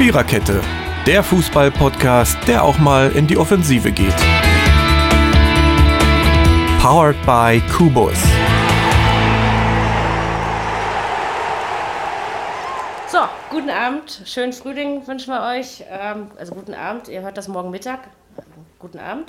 Viererkette, der Fußball-Podcast, der auch mal in die Offensive geht. Powered by Kubus. So, guten Abend, schönen Frühling wünschen wir euch. Also guten Abend, ihr hört das morgen Mittag. Guten Abend.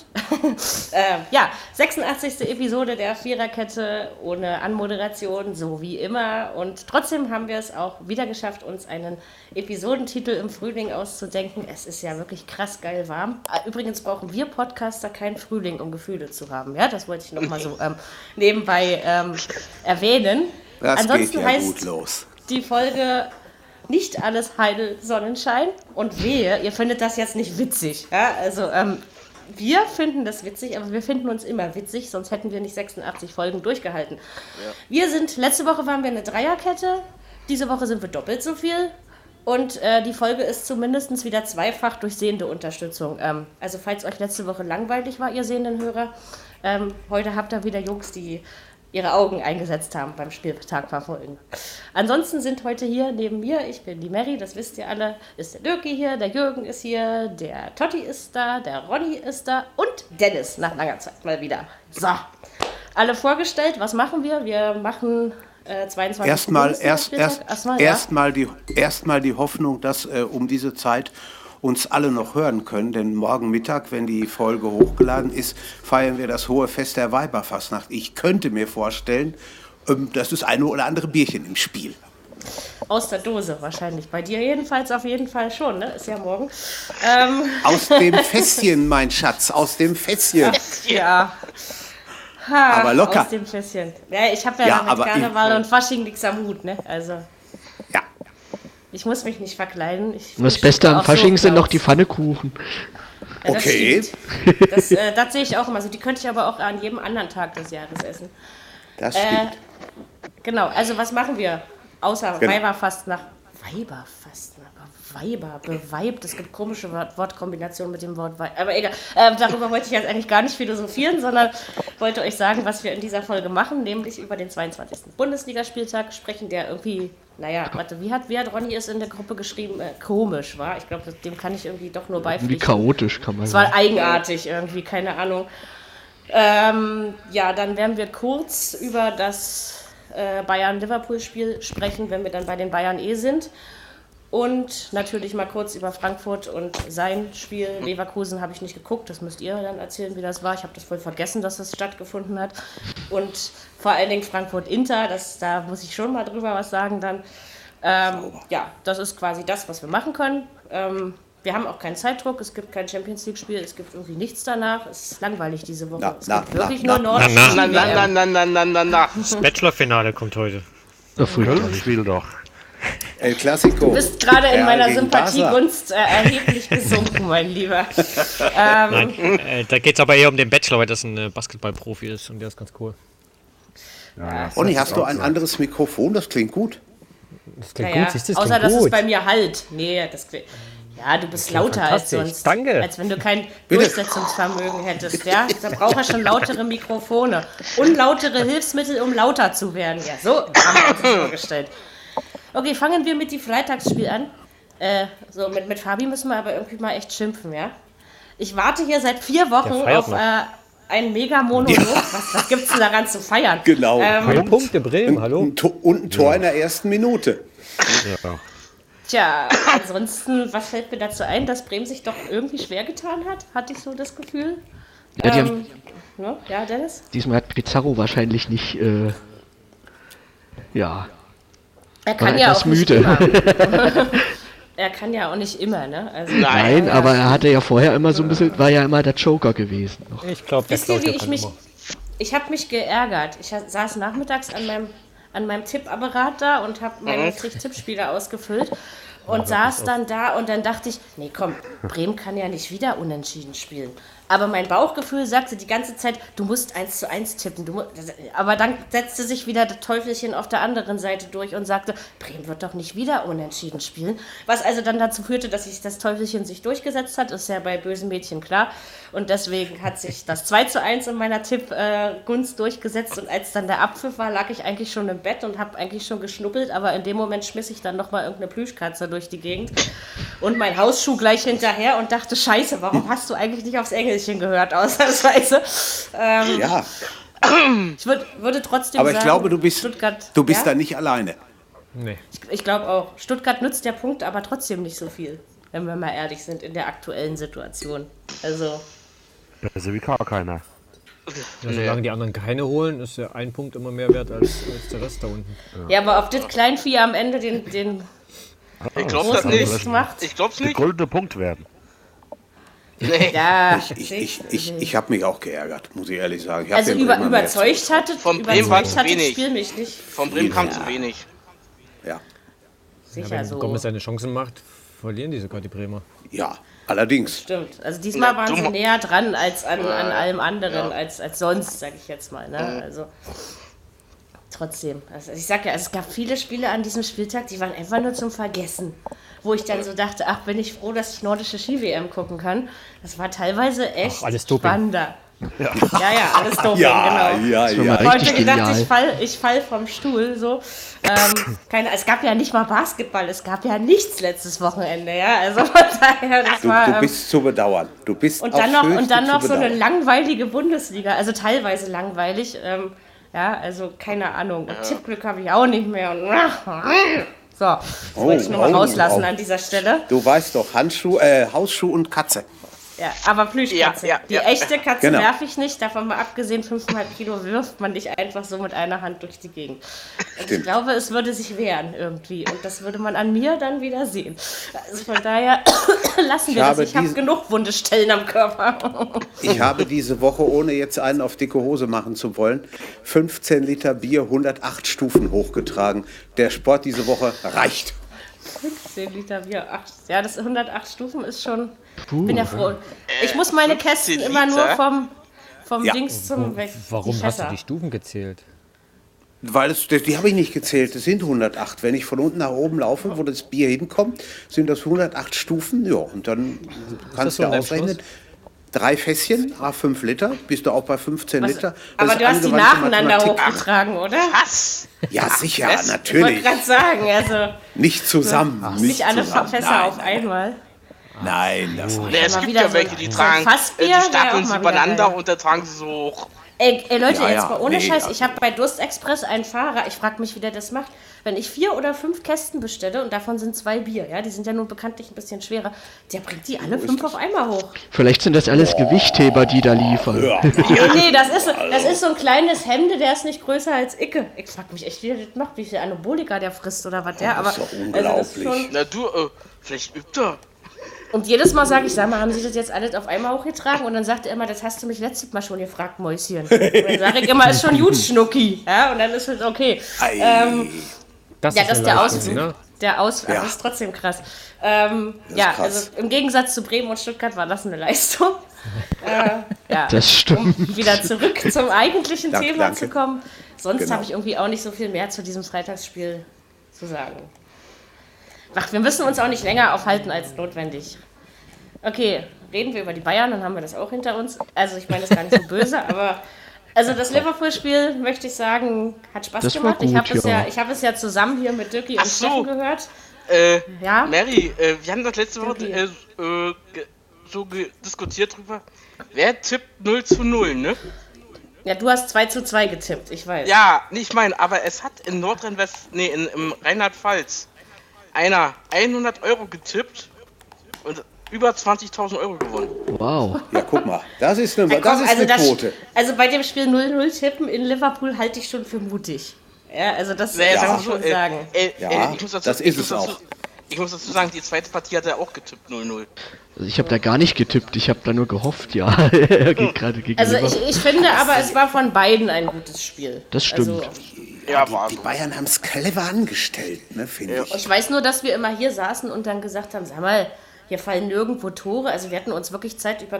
86. Episode der Viererkette ohne Anmoderation, so wie immer. Und trotzdem haben wir es auch wieder geschafft, uns einen Episodentitel im Frühling auszudenken. Es ist ja wirklich krass geil warm. Übrigens brauchen wir Podcaster keinen Frühling, um Gefühle zu haben. Ja, das wollte ich nochmal so nebenbei erwähnen. Das Ansonsten geht ja heißt gut los. Die Folge nicht alles Heidel Sonnenschein. Und wehe, ihr findet das jetzt nicht witzig. Ja, also wir finden das witzig, aber wir finden uns immer witzig, sonst hätten wir nicht 86 Folgen durchgehalten. Ja. Letzte Woche waren wir eine Dreierkette, diese Woche sind wir doppelt so viel und die Folge ist zumindest wieder zweifach durch sehende Unterstützung. Also falls euch letzte Woche langweilig war, ihr sehenden Hörer, heute habt ihr wieder Jungs, die ihre Augen eingesetzt haben beim Spieltag verfolgen. Ansonsten sind heute hier neben mir, ich bin die Mary, das wisst ihr alle, ist der Dirki hier, der Jürgen ist hier, der Totti ist da, der Ronny ist da und Dennis nach langer Zeit mal wieder. So, alle vorgestellt, was machen wir? Wir machen 22. Erstmal die Hoffnung, dass um diese Zeit uns alle noch hören können, denn morgen Mittag, wenn die Folge hochgeladen ist, feiern wir das hohe Fest der Weiberfastnacht. Ich könnte mir vorstellen, das ist eine oder andere Bierchen im Spiel. Aus der Dose wahrscheinlich. Bei dir jedenfalls auf jeden Fall schon, ne? Ist ja morgen. Aus dem Fässchen, mein Schatz, aus dem Fässchen. Ja. Aber locker. Aus dem Fässchen. Ja, ich habe ja mit Karneval und Fasching nichts am Hut, ne? Also. Ja. Ich muss mich nicht verkleiden. Das Beste am Fasching sind noch die Pfannekuchen. Ja, okay. Das sehe ich auch immer so. Die könnte ich aber auch an jedem anderen Tag des Jahres essen. Das stimmt. Genau, also was machen wir? Außer Weiberfastnacht. Beweibt. Es gibt komische Wortkombinationen mit dem Wort Weib. Aber egal, darüber wollte ich jetzt eigentlich gar nicht philosophieren, sondern wollte euch sagen, was wir in dieser Folge machen, nämlich über den 22. Bundesligaspieltag sprechen, der irgendwie, wie hat Ronny es in der Gruppe geschrieben? Komisch, war? Ich glaube, dem kann ich irgendwie doch nur beipflichten. Wie chaotisch kann man sagen. Es war eigenartig irgendwie, keine Ahnung. Dann werden wir kurz über das Bayern-Liverpool-Spiel sprechen, wenn wir dann bei den Bayern sind. Und natürlich mal kurz über Frankfurt und sein Spiel. Leverkusen habe ich nicht geguckt, das müsst ihr dann erzählen, wie das war. Ich habe das voll vergessen, dass das stattgefunden hat. Und vor allen Dingen Frankfurt-Inter, da muss ich schon mal drüber was sagen dann. Das ist quasi das, was wir machen können. Wir haben auch keinen Zeitdruck, es gibt kein Champions-League-Spiel, es gibt irgendwie nichts danach. Es ist langweilig diese Woche. Es gibt wirklich nur Nord. Das Bachelor-Finale kommt heute. Das Spiel doch. El Clasico. Du bist gerade in meiner Sympathiegunst erheblich gesunken, mein Lieber. Nein, da geht es aber eher um den Bachelor, weil das ein Basketballprofi ist und der ist ganz cool. Ja, Ronny, hast du ein anderes Mikrofon? Das klingt gut. Das klingt gut, siehst du, das außer, klingt dass gut. es bei mir halt. Nee, das klingt... Ja, du bist lauter als sonst. Danke. Als wenn du kein Durchsetzungsvermögen hättest, ja? Da braucht er schon lautere Mikrofone. Und lautere Hilfsmittel, um lauter zu werden. Ja, so haben wir uns das vorgestellt. Okay, fangen wir mit dem Freitagsspiel an. Mit Fabi müssen wir aber irgendwie mal echt schimpfen, ja? Ich warte hier seit 4 Wochen auf einen Mega-Monolog. Ja. Was gibt's denn daran zu feiern? Genau. Punkte Bremen, hallo? Und ein Tor in der ersten Minute. Ja. Tja, ansonsten, was fällt mir dazu ein, dass Bremen sich doch irgendwie schwer getan hat? Hatte ich so das Gefühl. Ja, Dennis? Diesmal hat Pizarro wahrscheinlich nicht, Er kann ja auch nicht immer. Er kann ja auch nicht immer, ne? Also, Nein, aber er hatte ja vorher immer so ein bisschen, war ja immer der Joker gewesen. Ich glaube, der Claudia kann immer. Ich habe mich geärgert. Ich saß nachmittags an meinem Tippapparat da und habe meine Tippspiele ausgefüllt und saß dann da und dann dachte ich, nee komm, Bremen kann ja nicht wieder unentschieden spielen. Aber mein Bauchgefühl sagte die ganze Zeit, du musst 1:1 tippen. Aber dann setzte sich wieder das Teufelchen auf der anderen Seite durch und sagte, Bremen wird doch nicht wieder unentschieden spielen. Was also dann dazu führte, dass sich das Teufelchen sich durchgesetzt hat, ist ja bei bösen Mädchen klar. Und deswegen hat sich das 2:1 in meiner Tippgunst durchgesetzt. Und als dann der Abpfiff war, lag ich eigentlich schon im Bett und habe eigentlich schon geschnuppelt. Aber in dem Moment schmiss ich dann nochmal irgendeine Plüschkatze durch die Gegend. Und mein Hausschuh gleich hinterher und dachte, scheiße, warum hast du eigentlich nicht aufs Engelchen gehört, ausnahmsweise? Ja. Ich würde trotzdem Aber sagen, ich glaube, du bist ja? da nicht alleine. Nee. Ich glaube auch. Stuttgart nützt der Punkt aber trotzdem nicht so viel, wenn wir mal ehrlich sind, in der aktuellen Situation. Also wie gar keiner. Ja, solange die anderen keine holen, ist ja ein Punkt immer mehr wert als der Rest da unten. ja, aber ob das Kleinvieh am Ende den Ich glaube das großen nicht. Mist macht. Ich glaube es Der nicht. goldene Punkt werden. Nee. Ja, Ich habe mich auch geärgert, muss ich ehrlich sagen. Ich hab also den Bremer mehr überzeugt hatte Von Bremen war zu das wenig. Spiel mich nicht. Von Bremen kam zu wenig. Ja, Sicher Wenn so. Gomez seine Chancen macht, verlieren die sogar die Bremer. ja, allerdings. Stimmt. Also diesmal Ja, waren du sie ma- näher dran als an allem anderen, als sonst, sage ich jetzt mal. Ne? Also trotzdem. Also ich sag ja, es gab viele Spiele an diesem Spieltag, die waren einfach nur zum Vergessen. Wo ich dann so dachte, ach, bin ich froh, dass ich nordische Ski-WM gucken kann. Das war teilweise echt alles Doping. spannender. Ja, alles Doping, genau. ja, Das war mal ja. Ich habe richtig gedacht, genial. ich fall vom Stuhl. So. Es gab ja nicht mal Basketball, es gab ja nichts letztes Wochenende. Ja? Also von daher, das war... Du bist zu bedauern. Du bist Und dann noch zu so eine bedauern. langweilige Bundesliga, also teilweise langweilig. Ja, also keine Ahnung. Und Tippglück habe ich auch nicht mehr. Und so, das wollte ich nur mal rauslassen an dieser Stelle. Du weißt doch, Hausschuh und Katze. Ja, aber Plüschkatze. Ja, Die echte Katze Genau. werfe ich nicht. Davon mal abgesehen, 5,5 Kilo wirft man nicht einfach so mit einer Hand durch die Gegend. Und ich Stimmt. glaube, es würde sich wehren irgendwie. Und das würde man an mir dann wieder sehen. Also von daher lassen wir das. Ich habe genug wunde Stellen am Körper. Ich habe diese Woche, ohne jetzt einen auf dicke Hose machen zu wollen, 15 Liter Bier 108 Stufen hochgetragen. Der Sport diese Woche reicht. 15 Liter Bier. Ja, das 108 Stufen ist schon... bin ja froh. Ich muss meine 15 Kästen immer nur Liter? vom Ja. Dings zum Weg. Warum hast du die Stufen gezählt? Weil die habe ich nicht gezählt, das sind 108. Wenn ich von unten nach oben laufe, wo das Bier hinkommt, sind das 108 Stufen. Ja, und dann kannst so du dein ausrechnen. 3 Fässchen, 5 Liter, bist du auch bei 15 Liter. Das Aber ist du hast die angewandte nacheinander Mathematik. hochgetragen, oder? Was? Ja, sicher, Was? Ich wollte natürlich. gerade sagen, also Nicht zusammen. nicht alle zusammen. Fässer Nein, auf einmal. Nein, das reicht. Nee, es Mal gibt wieder ja so welche, die ein tragen, Fassbier die wäre stapeln auch sie mal wieder übereinander geil. und dann tragen sie so hoch. Ey Leute, Ja, jetzt ja, mal ohne nee, Scheiß, ja. ich habe bei Durstexpress einen Fahrer, ich frage mich, wie der das macht. Wenn ich 4 oder 5 Kästen bestelle und davon sind 2 Bier, ja, die sind ja nun bekanntlich ein bisschen schwerer, der bringt die alle 5 auf einmal hoch. Vielleicht sind das alles Gewichtheber, die da liefern. Nee, das ist so ein kleines Hemde, der ist nicht größer als Icke. Ich frage mich echt, wie der das macht, wie viel Anabolika der frisst oder was der, aber ist doch also das unglaublich. schon, Na du, vielleicht übt er. und jedes Mal sage ich, sag mal, haben Sie das jetzt alles auf einmal hochgetragen? Und dann sagt er immer, das hast du mich letztes Mal schon gefragt, Mäuschen. Und dann sage ich immer, ist schon gut, Schnucki. Ja, und dann ist es okay. Das Ja, ist das eine ist der Leistung, Auszug. ne? Der Ausflug, Ja. das ist trotzdem krass. Ja, krass. also im Gegensatz zu Bremen und Stuttgart war das eine Leistung. Ja, Das stimmt. um wieder zurück zum eigentlichen Danke, Thema danke. zu kommen. Sonst Genau. habe ich irgendwie auch nicht so viel mehr zu diesem Freitagsspiel zu sagen. Ach, wir müssen uns auch nicht länger aufhalten als notwendig. Okay, reden wir über die Bayern, dann haben wir das auch hinter uns. Also ich meine das gar nicht so böse, aber also das Liverpool-Spiel, möchte ich sagen, hat Spaß Das war gemacht. Ich gut, habe ja. es ja zusammen hier mit Dirki und Ach so. Steffen gehört. Ja? Mary, wir haben das letzte Woche diskutiert drüber. Wer tippt 0:0, ne? Ja, du hast 2:2 getippt, ich weiß. Ja, nicht mein, aber es hat in im Rheinland-Pfalz einer 100 € getippt und über 20.000 € gewonnen. Wow. Ja, guck mal, das ist eine, Ja, komm, eine Quote. Also bei dem Spiel 0:0 tippen in Liverpool halte ich schon für mutig. Ja, also das Naja, kann sagen man wir so, schon sagen. Ja, ich muss das ist es auch. Ich muss dazu sagen, die zweite Partie hat er auch getippt, 0:0. Also ich habe da gar nicht getippt, ich habe da nur gehofft, ja. Gerade gegen Also Liverpool. ich finde aber, es war von beiden ein gutes Spiel. Das stimmt. Also, Ja, war Die so. Bayern haben es clever angestellt, ne, finde ich. ich weiß nur, dass wir immer hier saßen und dann gesagt haben, sag mal, hier fallen nirgendwo Tore. Also wir hatten uns wirklich Zeit, über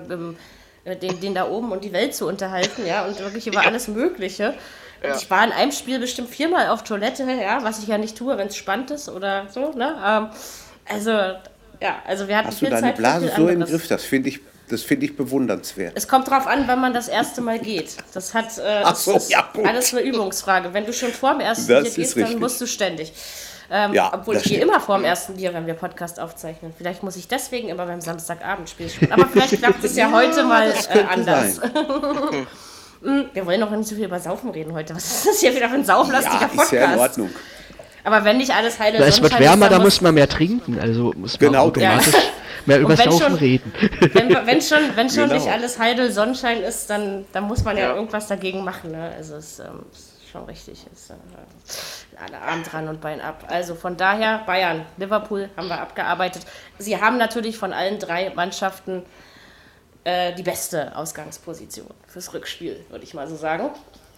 den da oben und die Welt zu unterhalten, ja, und wirklich über alles Mögliche. Und ich war in einem Spiel bestimmt 4-mal auf Toilette, ja, was ich ja nicht tue, wenn es spannend ist oder so, ne? Also wir hatten Hast du viel deine Zeit für Blase viel so im anderes. Griff? Das finde ich bewundernswert. Es kommt drauf an, wenn man das erste Mal geht. Das hat Gut. alles eine Übungsfrage. Wenn du schon vor dem ersten Das Bier ist gehst, dann richtig. musst du ständig. Ja, Obwohl das ich gehe stimmt. immer vor dem ersten Bier, wenn wir Podcast aufzeichnen. Vielleicht muss ich deswegen immer beim Samstagabendspiel spielen. Aber vielleicht klappt es ja heute mal könnte anders. sein. Wir wollen doch nicht so viel über Saufen reden heute. Was ist das hier wieder für ein sauflastiger Ja, Podcast? ist ja in Ordnung. Aber wenn nicht alles heile Es wird Sonnenschein wärmer, ist, da dann muss man mehr trinken. Also muss man Genau. automatisch mehr über Und wenn Saufen schon- reden. Wenn schon Genau. nicht alles heile Sonnenschein ist, dann muss man ja Ja. irgendwas dagegen machen. Ne? Also es ist schon richtig. Ist alle Arm dran und Bein ab. Also von daher Bayern, Liverpool haben wir abgearbeitet. Sie haben natürlich von allen 3 Mannschaften die beste Ausgangsposition fürs Rückspiel, würde ich mal so sagen.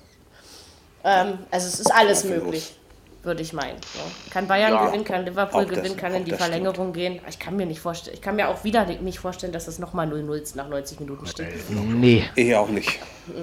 Also es ist alles möglich, würde ich meinen. So. Kann Bayern gewinnen, kann Liverpool Auch das- gewinnen, kann in auch die das Verlängerung gehen. Ich kann mir nicht vorstellen, ich kann mir auch wieder nicht vorstellen, dass es nochmal 0-0 nach 90 Minuten steht. Nee. Ich auch nicht.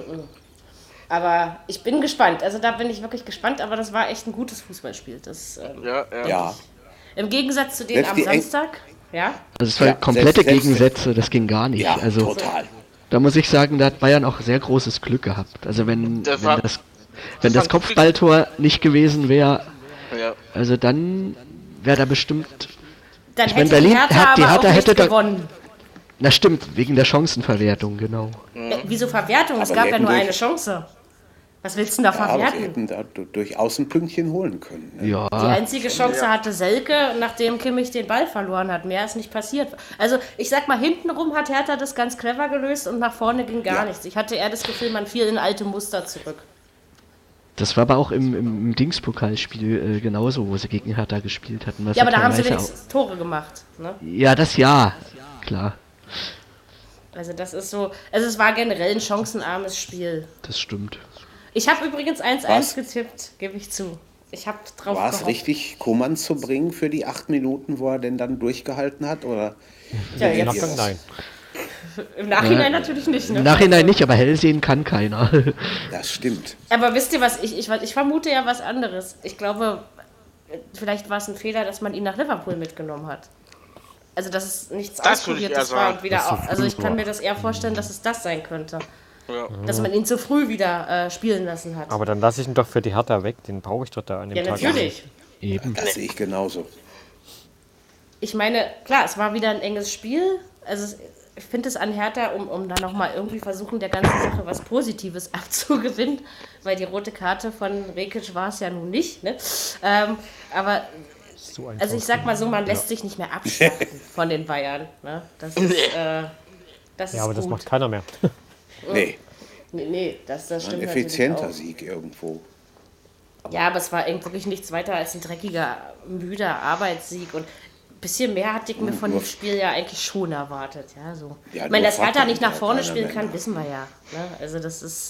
Aber ich bin gespannt. Also da bin ich wirklich gespannt, aber das war echt ein gutes Fußballspiel. Das, Ja. im Gegensatz zu denen Selbst am die Samstag, ja. Also es war Ja, komplette selbst- Gegensätze, das ging gar nicht. Ja, Also total. da muss ich sagen, da hat Bayern auch sehr großes Glück gehabt. Also wenn Das war- das Kopfballtor nicht gewesen wäre, Ja. also dann wäre da bestimmt. Dann Ich meine, hätte Berlin die Hertha hat- die aber Hertha auch hätte nicht da- gewonnen. Na stimmt, wegen der Chancenverwertung, genau. Wieso Verwertung? Es Aber gab ja wir nur hätten eine Chance. Was willst du denn da Ja, aber sie verwerten? hätten da durchaus ein Pünktchen holen können. Ne? Ja, Die einzige Chance hatte Selke, nachdem Kimmich den Ball verloren hat. Mehr ist nicht passiert. Also ich sag mal, hintenrum hat Hertha das ganz clever gelöst und nach vorne ging gar nichts. Ich hatte eher das Gefühl, man fiel in alte Muster zurück. das war aber auch im Dingspokalspiel genauso, wo sie gegen Hertha gespielt hatten. was Ja, aber da haben sie teilweise wenigstens Tore gemacht. Ne? Ja, das ja, klar, Also das ist so, also es war generell ein chancenarmes Spiel. das stimmt. Ich habe übrigens 1-1 Was? getippt, gebe ich zu. Ich habe drauf War es gehofft. richtig, Koman zu bringen für die 8 Minuten, wo er denn dann durchgehalten hat? Oder? Ja, Im jetzt, Nachgang nein. im Nachhinein natürlich nicht. Ne? Im Nachhinein nicht, aber hell sehen kann keiner. Das stimmt. Aber wisst ihr was, ich vermute ja was anderes. Ich glaube, vielleicht war es ein Fehler, dass man ihn nach Liverpool mitgenommen hat. Also, dass es nichts Das würde ich Ausprobiertes eher war sagen. und wieder auch. Also, ich kann mir das eher vorstellen, dass es das sein könnte. Ja. Dass man ihn zu früh wieder spielen lassen hat. Aber dann lasse ich ihn doch für die Hertha weg. Den brauche ich doch da an dem Ja, Tag. natürlich. Eben. Das sehe ich genauso. Ich meine, klar, es war wieder ein enges Spiel. Also, ich finde es an Hertha, um dann nochmal irgendwie versuchen, der ganzen Sache was Positives abzugewinnen, weil die rote Karte von Rekic war es ja nun nicht. Ne? Aber So ein also ich sag mal so, man lässt sich nicht mehr abschlachten von den Bayern. Ne? Das ist, das ist Ja, aber das gut. macht keiner mehr. Nee, Nee, das ein stimmt effizienter natürlich Sieg irgendwo. auch. Ja, aber es war eben wirklich nichts weiter als ein dreckiger, müder Arbeitssieg. Und ein bisschen mehr hatte ich mir von dem Spiel ja eigentlich schon erwartet. Ja, so. Ja, ich meine, nur dass Hertha Fakten nicht nach hat vorne keiner spielen mehr. kann, wissen wir ja. Ne? Also das ist...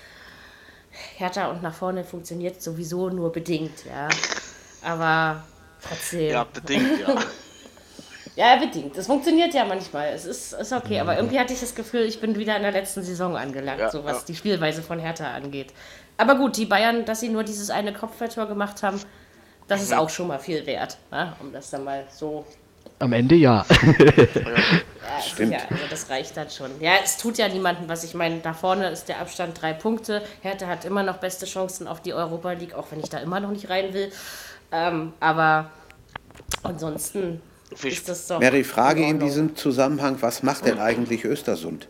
Hertha und nach vorne funktioniert sowieso nur bedingt. Ja. Aber trotzdem... Ja, bedingt, ja. Ja, bedingt. Das funktioniert ja manchmal. Es ist okay, aber irgendwie hatte ich das Gefühl, ich bin wieder in der letzten Saison angelangt, Ja, so was ja. die Spielweise von Hertha angeht. Aber gut, die Bayern, dass sie nur dieses eine Kopfballtor gemacht haben, das ist auch schon mal viel wert, ne? Um das dann mal so... Am Ende ja. Ja, Stimmt. sicher, also das reicht dann schon. Ja, es tut ja niemandem was. Ich meine, da vorne ist der Abstand 3 Punkte. Hertha hat immer noch beste Chancen auf die Europa League, auch wenn ich da immer noch nicht rein will. Aber ansonsten ist das doch... Mary, Frage in Ordnung. diesem Zusammenhang, was macht denn eigentlich Östersund?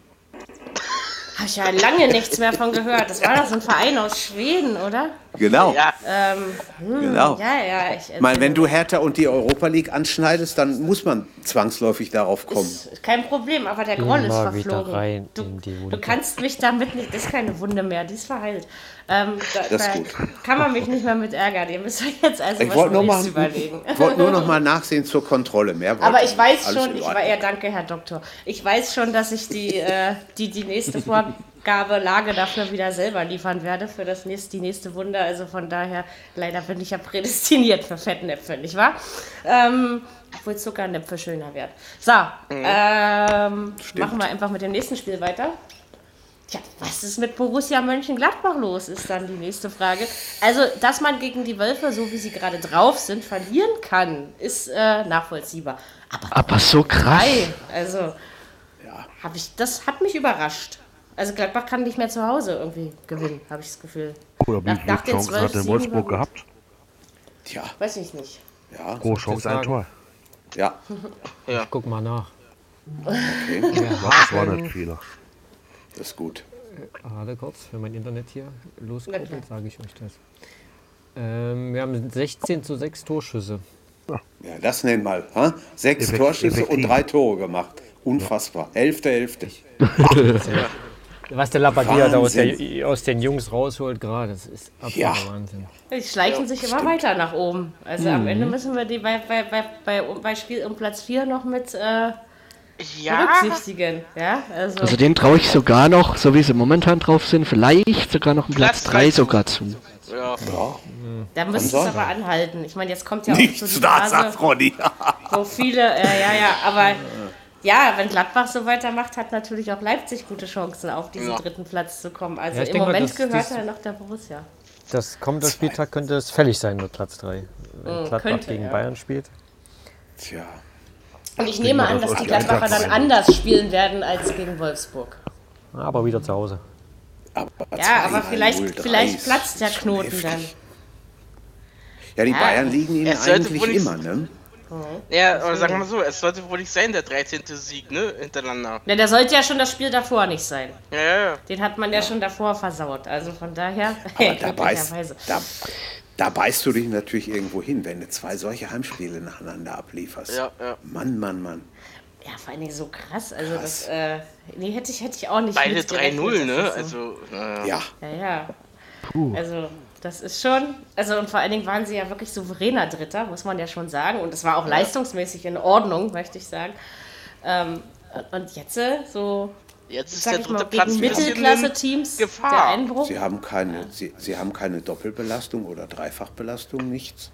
Habe ich ja lange nichts mehr von gehört. Das war doch so ein Verein aus Schweden, oder? Genau, Ja, genau. Ja, Ich meine, wenn du Hertha und die Europa League anschneidest, dann muss man zwangsläufig darauf kommen. Ist kein Problem, aber der Groll ist Immer wieder verflogen. rein in die Du Wunde. kannst mich damit nicht, das ist keine Wunde mehr, die ist verheilt. Da Das ist gut. kann man mich nicht mehr mit ärgern. Ihr müsst euch jetzt also Ich was wollte Neues überlegen. nur noch mal nachsehen zur Kontrolle. Mehr wollte Aber ich weiß Alles schon, in Ordnung. danke, Herr Doktor. Ich weiß schon, dass ich die nächste Lage dafür wieder selber liefern werde für die nächste Wunde. Also von daher, leider bin ich ja prädestiniert für Fettnäpfe, nicht wahr? Obwohl Zuckernäpfe schöner werden. So, machen wir einfach mit dem nächsten Spiel weiter. Tja, was ist mit Borussia Mönchengladbach los, ist dann die nächste Frage. Also, dass man gegen die Wölfe, so wie sie gerade drauf sind, verlieren kann, ist nachvollziehbar. Aber so krass. Also, das hat mich überrascht. Also, Gladbach kann nicht mehr zu Hause irgendwie gewinnen, habe ich das Gefühl. Oder wie viele Chancen hat der Wolfsburg gehabt? Tja. Weiß ich nicht. Ja. Pro Chance ein Tor. Ja. Ja. Guck mal nach. Okay. Das war nicht viel. Das ist gut. Warte kurz, wenn mein Internet hier loskommt, sage ich euch das. Wir haben 16:6 Torschüsse. Ja, das nennt mal. 6 Torschüsse und 3 Tore gemacht. Unfassbar. Hälfte. Was der Labadia da aus den Jungs rausholt gerade, das ist absoluter Wahnsinn. Die schleichen sich immer weiter nach oben. Also am Ende müssen wir die bei Spiel um Platz 4 noch mit berücksichtigen. Ja, also den traue ich sogar noch, so wie sie momentan drauf sind, vielleicht sogar noch einen Platz 3 sogar zu. Ja. Da müsste es aber anhalten. Ich meine, jetzt kommt ja auch Nichts so die da, Phase, sagt Ronny. wo viele, aber ja, wenn Gladbach so weitermacht, hat natürlich auch Leipzig gute Chancen, auf diesen dritten Platz zu kommen. Also im Moment gehört ja noch der Borussia. Das kommende Spieltag könnte es fällig sein mit Platz 3, wenn Gladbach gegen Bayern spielt. Tja. Und ich nehme an, dass die Gladbacher dann anders spielen werden als gegen Wolfsburg. Aber wieder zu Hause. Aber vielleicht platzt der Knoten dann. Ja, die Bayern liegen ihnen eigentlich immer, ne? Ja, aber sagen wir mal so, es sollte wohl nicht sein, der 13. Sieg, ne, hintereinander. Ja, der sollte ja schon das Spiel davor nicht sein. Ja. Den hat man ja schon davor versaut, also von daher... Da beißt du dich natürlich irgendwo hin, wenn du 2 solche Heimspiele nacheinander ablieferst. Ja. Mann. Ja, vor allen Dingen so krass, also das... hätte ich auch nicht beide mitgerechnet. 3-0, ne, So. also... Ja. Also... Das ist schon, und vor allen Dingen waren sie ja wirklich souveräner Dritter, muss man ja schon sagen. Und es war auch leistungsmäßig in Ordnung, möchte ich sagen. Und jetzt ist der dritte Platz gegen Mittelklasse-Teams Gefahr. Der Einbruch. Sie haben keine Doppelbelastung oder Dreifachbelastung, nichts.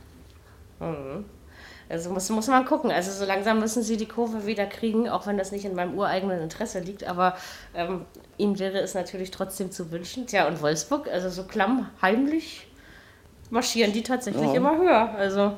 Also muss man gucken. Also so langsam müssen sie die Kurve wieder kriegen, auch wenn das nicht in meinem ureigenen Interesse liegt. Aber ihnen wäre es natürlich trotzdem zu wünschen. Tja, und Wolfsburg, also so klammheimlich marschieren die tatsächlich immer höher. Also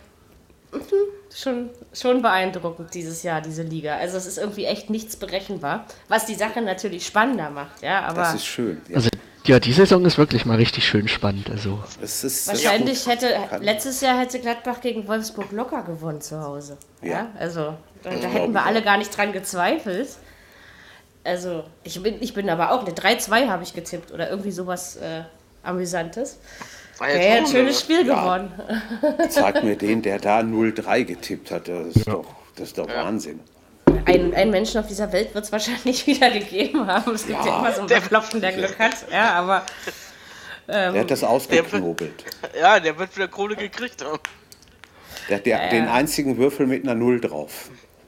schon beeindruckend dieses Jahr, diese Liga. Also es ist irgendwie echt nichts berechenbar, was die Sache natürlich spannender macht. Ja, aber Das ist schön. Ja. Also ja, die Saison ist wirklich mal richtig schön spannend. Also wahrscheinlich letztes Jahr hätte Gladbach gegen Wolfsburg locker gewonnen zu Hause. Ja, also da hätten wir alle gar nicht dran gezweifelt. Also ich bin aber auch, eine 3-2 habe ich getippt oder irgendwie sowas Amüsantes. Ja, ein schönes Spiel gewonnen. Zeig mir den, der da 0-3 getippt hat. Das ist doch Wahnsinn. Ein Menschen auf dieser Welt wird es wahrscheinlich wieder gegeben haben. Es gibt ja immer so einen Verklopfen, der Glück hat. Ja, aber... der hat das ausgeknobelt. Der wird wieder Kohle gekriegt haben. Der hat den einzigen Würfel mit einer 0 drauf.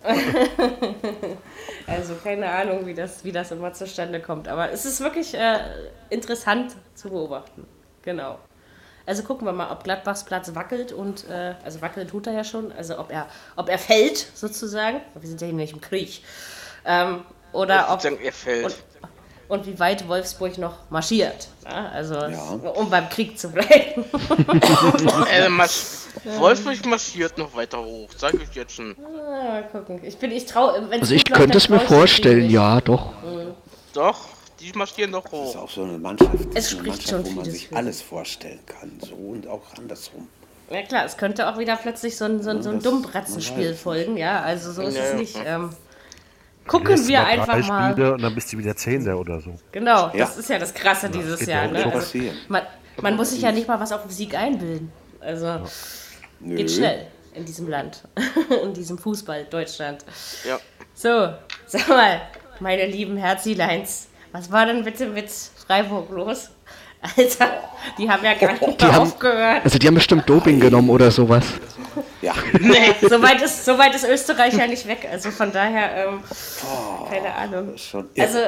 Also keine Ahnung, wie das immer zustande kommt. Aber es ist wirklich interessant zu beobachten. Genau. Also gucken wir mal, ob Gladbachs Platz wackelt und, also wackeln tut er ja schon, also ob er fällt sozusagen, wir sind ja hier nicht im Krieg, oder ob er fällt. Und wie weit Wolfsburg noch marschiert, ja? Also um beim Krieg zu bleiben. Wolfsburg marschiert noch weiter hoch, sage ich jetzt schon. Mal gucken, ich traue, also ich könnte es mir vorstellen, ja, doch. Doch. Die marschieren doch hoch. Das ist auch so eine Mannschaft, wo man sich für. alles vorstellen kann. So und auch andersrum. Ja klar, es könnte auch wieder plötzlich so ein Dummbratzenspiel folgen. Ja, also so ist es nicht. Gucken wir einfach mal. Und dann bist du wieder 10. oder so. Genau, das ist ja das Krasse dieses Jahr. Ne? Also, man muss sich ja nicht mal was auf den Sieg einbilden. Also geht schnell in diesem Land. In diesem Fußball Deutschland. Ja. So, sag mal, meine lieben Herzileins. Was war denn bitte mit Freiburg los? Alter, die haben ja gar nicht mehr aufgehört. Also die haben bestimmt Doping genommen oder sowas. Ja. Nee, so weit ist Österreich ja nicht weg. Also von daher, keine Ahnung. Also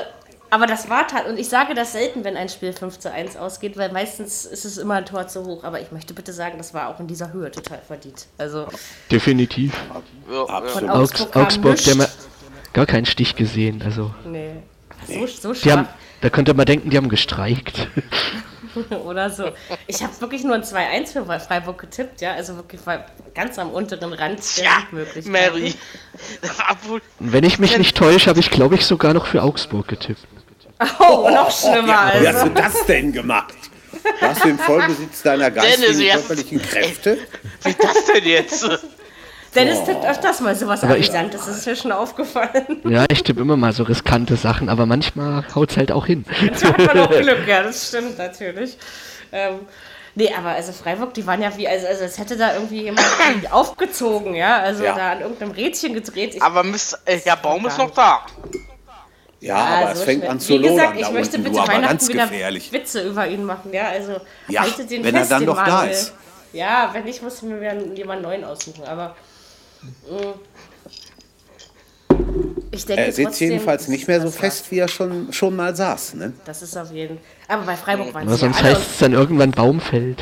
Aber das war und ich sage das selten, wenn ein Spiel 5:1 ausgeht, weil meistens ist es immer ein Tor zu hoch. Aber ich möchte bitte sagen, das war auch in dieser Höhe total verdient. Also definitiv. von Augsburg, der hat gar keinen Stich gesehen. Also nee. So schwach. Da könnte man denken, die haben gestreikt. Oder so. Ich habe wirklich nur ein 2:1 für Freiburg getippt, ja, also wirklich ganz am unteren Rand der Möglichkeiten. Mary. Wenn ich mich nicht täusche, habe ich, glaube ich, sogar noch für Augsburg getippt. Oh, noch schlimmer. Ja, also. wie hast du das denn gemacht? Warst du im Vollbesitz deiner geistigen, körperlichen Kräfte? Wie das denn jetzt? Dennis tippt öfters mal sowas Amüsantes, das ist mir schon aufgefallen. Ja, ich tippe immer mal so riskante Sachen, aber manchmal haut's halt auch hin. Da hat man auch Glück, ja, das stimmt natürlich. Nee, aber also Freiburg, die waren ja wie, also es hätte da irgendwie jemand aufgezogen, ja, also da an irgendeinem Rädchen gedreht. Aber Herr Baum ist noch da. Ja, aber es fängt an zu lodern. Ich möchte bitte Weihnachten wieder Witze über ihn machen, ja, also haltet den wenn fest, er dann noch da Manuel. ist. Ja, wenn nicht, muss ich mir wieder jemanden neuen aussuchen, aber ich denke Er sitzt trotzdem, jedenfalls nicht mehr so fest, wie er schon mal saß, ne? Das ist auf jeden Fall. Aber bei Freiburg waren Aber sie sonst ja alle. heißt es dann irgendwann Baumfeld.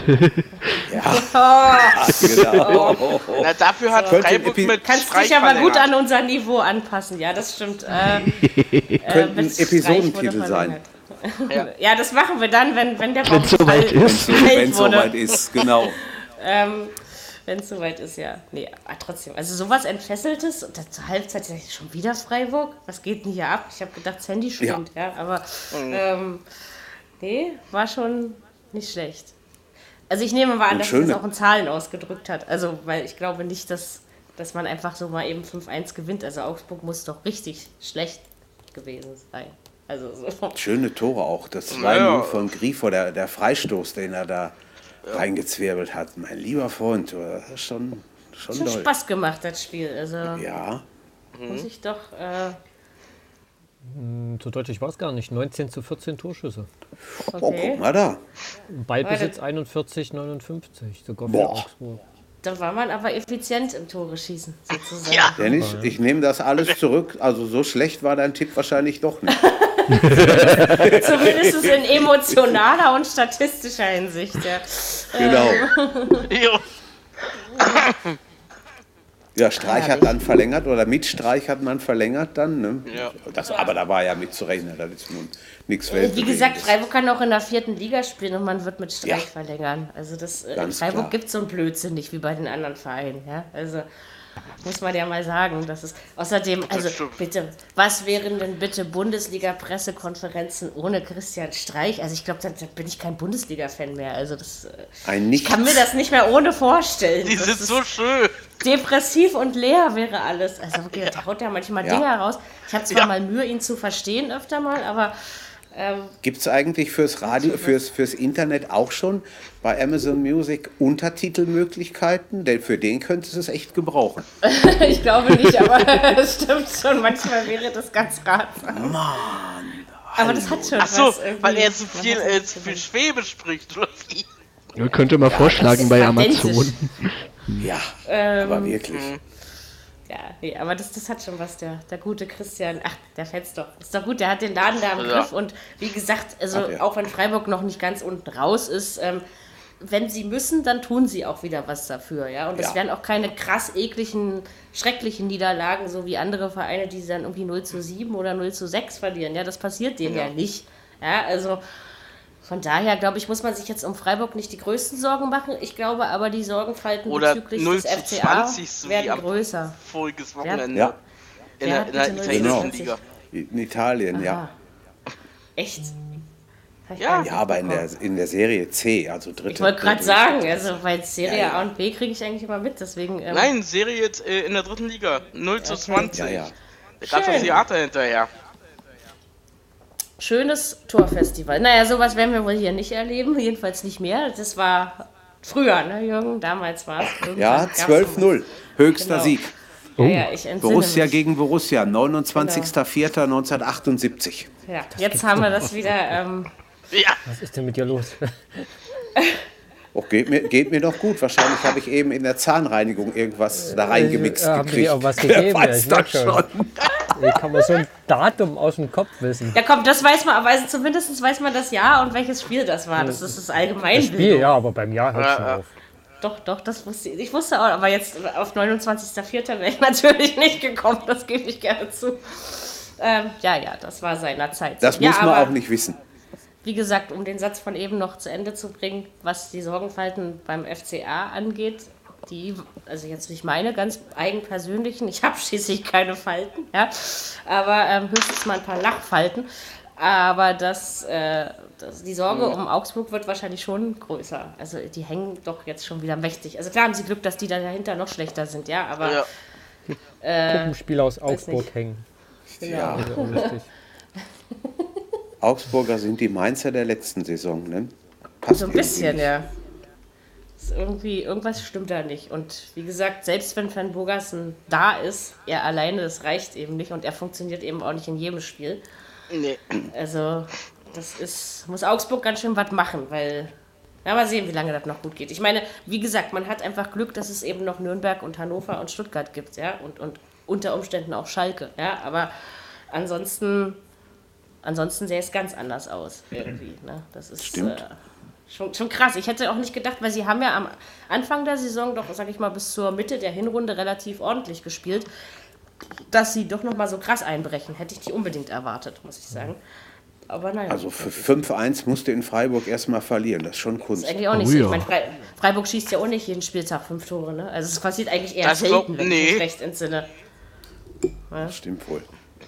Genau. Na, dafür hat Könnte Freiburg mit Kannst Streich dich aber gut verlängert. an unser Niveau anpassen, ja, das stimmt. Könnte ein Episodentitel sein. Ja, das machen wir dann, wenn der Baum Wenn es soweit ist. Wenn es soweit ist, genau. Wenn es soweit ist, ja. Nee, aber trotzdem. Also sowas Entfesseltes und dann zur Halbzeit dachte ich, schon wieder Freiburg? Was geht denn hier ab? Ich habe gedacht, das Handy schwimmt, ja. Aber nee, war schon nicht schlecht. Also ich nehme mal an, dass es das auch in Zahlen ausgedrückt hat. Also, weil ich glaube nicht, dass man einfach so mal eben 5:1 gewinnt. Also Augsburg muss doch richtig schlecht gewesen sein. Also so. Schöne Tore auch. Das 2-0 von Grifo, der Freistoß, den er da reingezwirbelt hat. Mein lieber Freund, das ist schon Schon doll. Spaß gemacht, das Spiel. Also Ja. muss ich doch... So deutlich war es gar nicht. 19:14 Torschüsse. Oh, guck mal da. Ballbesitz 41:59. Sogar für Augsburg. Da war man aber effizient im Tore schießen, sozusagen. Ja. Dennis, ich nehme das alles zurück. Also so schlecht war dein Tipp wahrscheinlich doch nicht. Zumindest in emotionaler und statistischer Hinsicht. Ja. Genau. Jo. Ja, Streich hat dann verlängert oder mit Streich hat man verlängert dann. Ne? Ja. Aber da war ja mit zu rechnen, das ist nun nichts Wie Weltbewegendes. gesagt, Freiburg kann auch in der 4. Liga spielen und man wird mit Streich verlängern. Also das in Ganz Freiburg klar. gibt es so einen Blödsinn nicht wie bei den anderen Vereinen. Ja? Also muss man ja mal sagen. Das ist außerdem, also bitte, was wären denn bitte Bundesliga-Pressekonferenzen ohne Christian Streich? Also ich glaube, dann bin ich kein Bundesliga-Fan mehr. Also das, ich kann mir das nicht mehr ohne vorstellen. Die sind so schön. Depressiv und leer wäre alles. Also wirklich, da haut ja manchmal Dinge raus. Ich habe zwar mal Mühe, ihn zu verstehen öfter mal, aber... Gibt es eigentlich fürs Radio, fürs Internet auch schon bei Amazon Music Untertitelmöglichkeiten? Denn für den könntest du es echt gebrauchen. Ich glaube nicht, aber es stimmt schon. Manchmal wäre das ganz ratsam. Mann. Aber das hat schon Ach so, was irgendwie. weil er zu viel Schwäbisch spricht, oder wie? Ja, könnte man vorschlagen bei Amazon. Ja, aber wirklich. Ja, nee, aber das hat schon was, der gute Christian. Ach, der fetzt doch. Ist doch gut, der hat den Laden da im Griff. Und wie gesagt, also auch wenn Freiburg noch nicht ganz unten raus ist, wenn sie müssen, dann tun sie auch wieder was dafür. Ja? Und das wären auch keine krass ekligen, schrecklichen Niederlagen, so wie andere Vereine, die dann irgendwie 0:7 oder 0:6 verlieren. Ja, das passiert denen ja nicht. Ja, also von daher, glaube ich, muss man sich jetzt um Freiburg nicht die größten Sorgen machen. Ich glaube aber, die Sorgenfalten Oder bezüglich des FCA 0:20 werden größer. Voriges Wochenende. Ja, In der italienischen Liga. in Italien, ja. Echt? Ja. Ja, aber in der Serie C, also dritte. Ich wollte gerade sagen, also bei Serie A und B kriege ich eigentlich immer mit, deswegen... Nein, Serie jetzt in der 3. Liga. 0:20. Ja, ja. Da gab es das Theater hinterher. Schönes Torfestival. Naja, sowas werden wir wohl hier nicht erleben, jedenfalls nicht mehr. Das war früher, ne, Jürgen? Damals war es. Ja, 12-0, höchster Sieg. Ja, ich entsinne Borussia mich. gegen Borussia, 29.04.1978. Ja, jetzt haben wir das wieder... Ja. Was ist denn mit dir los? Och, geht mir doch gut. Wahrscheinlich habe ich eben in der Zahnreinigung irgendwas da reingemixt Haben die gekriegt. dir auch was Wer gegeben? weiß ich das merk schon. Wie kann man so ein Datum aus dem Kopf wissen? Ja komm, das weiß man, aber also zumindest weiß man das Jahr und welches Spiel das war. Das ist das Allgemeinbildung. Das Spiel, ja, aber beim Jahr hört schon auf. Doch, das wusste ich. Ich wusste auch, aber jetzt auf 29.04. wäre ich natürlich nicht gekommen, das gebe ich gerne zu. Ja, das war seiner Zeit. Das muss man auch nicht wissen. Wie gesagt, um den Satz von eben noch zu Ende zu bringen, was die Sorgenfalten beim FCA angeht, also jetzt nicht meine ganz eigenpersönlichen, ich habe schließlich keine Falten, ja, aber höchstens mal ein paar Lachfalten. Aber die Sorge um Augsburg wird wahrscheinlich schon größer. Also die hängen doch jetzt schon wieder mächtig. Also klar haben sie Glück, dass die da dahinter noch schlechter sind, ja, aber... Puppenspiel aus Augsburg hängen. Genau. Ja. Das ist auch lustig. Augsburger sind die Mainzer der letzten Saison, ne? Passt So ein bisschen, ja. Irgendwas stimmt da nicht. Und wie gesagt, selbst wenn Van Bogason da ist, er alleine, das reicht eben nicht und er funktioniert eben auch nicht in jedem Spiel. Nee. Also, muss Augsburg ganz schön was machen, weil, mal sehen, wie lange das noch gut geht. Ich meine, wie gesagt, man hat einfach Glück, dass es eben noch Nürnberg und Hannover und Stuttgart gibt, ja, und unter Umständen auch Schalke, ja, aber ansonsten sähe es ganz anders aus, irgendwie, ne? Das ist schon krass. Ich hätte auch nicht gedacht, weil sie haben ja am Anfang der Saison doch, sag ich mal, bis zur Mitte der Hinrunde relativ ordentlich gespielt, dass sie doch nochmal so krass einbrechen. Hätte ich nicht unbedingt erwartet, muss ich sagen. Aber nein. Also für 5-1 musste in Freiburg erstmal verlieren. Das ist schon Kunst. Das ist eigentlich auch nicht so. Ich meine, Freiburg schießt ja auch nicht jeden Spieltag 5 Tore, ne? Also es passiert eigentlich eher selten, wenn ich mich recht entsinne. Ja. Das stimmt wohl.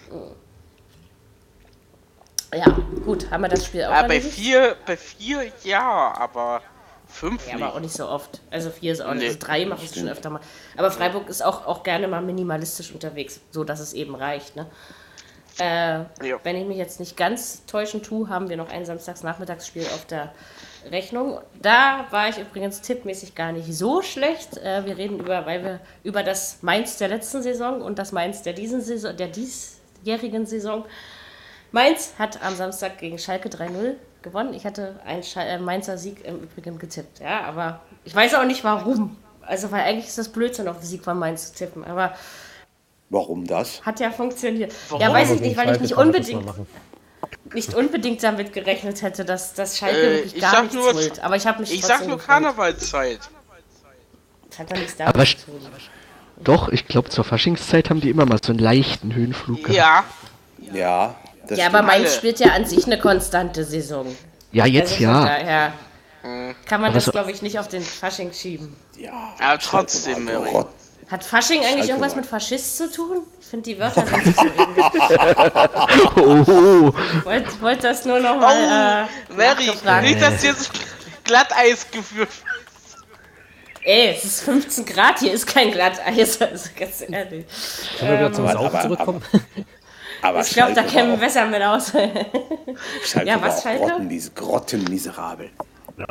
Ja, gut, haben wir das Spiel auch erledigt? Bei vier ja, aber 5 Ja, nicht. aber auch nicht so oft. Also 4 ist auch nicht. Also 3 machen es schon öfter mal. Aber Freiburg ist auch gerne mal minimalistisch unterwegs, so dass es eben reicht, ne? Wenn ich mich jetzt nicht ganz täuschen tue, haben wir noch ein Samstagsnachmittagsspiel auf der Rechnung. Da war ich übrigens tippmäßig gar nicht so schlecht. Wir reden weil wir über das Mainz der letzten Saison und das Mainz der diesjährigen Saison. Mainz hat am Samstag gegen Schalke 3-0 gewonnen. Ich hatte einen Mainzer Sieg im Übrigen getippt. Ja, aber ich weiß auch nicht warum. Also, weil eigentlich ist das Blödsinn, auf den Sieg von Mainz zu tippen. Aber warum das? hat ja funktioniert. Warum? Ja, weiß ich nicht, weil ich nicht Nicht unbedingt damit gerechnet hätte, dass Schalke wirklich gar nichts holt. Aber ich habe mich Ich sag nur Karnevalszeit. Das hat doch nichts Aber damit zu tun. doch, ich glaube, zur Faschingszeit haben die immer mal so einen leichten Höhenflug gehabt. Ja. Ja, das Ja, aber stimmt. Mainz spielt ja an sich eine konstante Saison. Ja, jetzt Also von ja. daher kann man Aber das, so- glaube ich, nicht auf den Fasching schieben. Aber trotzdem, Mary. Gott. Hat Fasching eigentlich Schalke irgendwas war- mit Faschist zu tun? Ich finde, die Wörter sind nicht so ähnlich. Oh, Wollte das nur noch mal Mary, nachgefragt. nicht, dass jetzt Glatteis geführt. Ey, es ist 15 Grad, hier ist kein Glatteis, also ganz ehrlich. Können wir wieder zum aber- Saufen zurückkommen? Aber Ich glaube, da Schalke kämen war wir besser mit aus. Schalke Ja, war was, auch Schalke? grottenmiserabel. ja.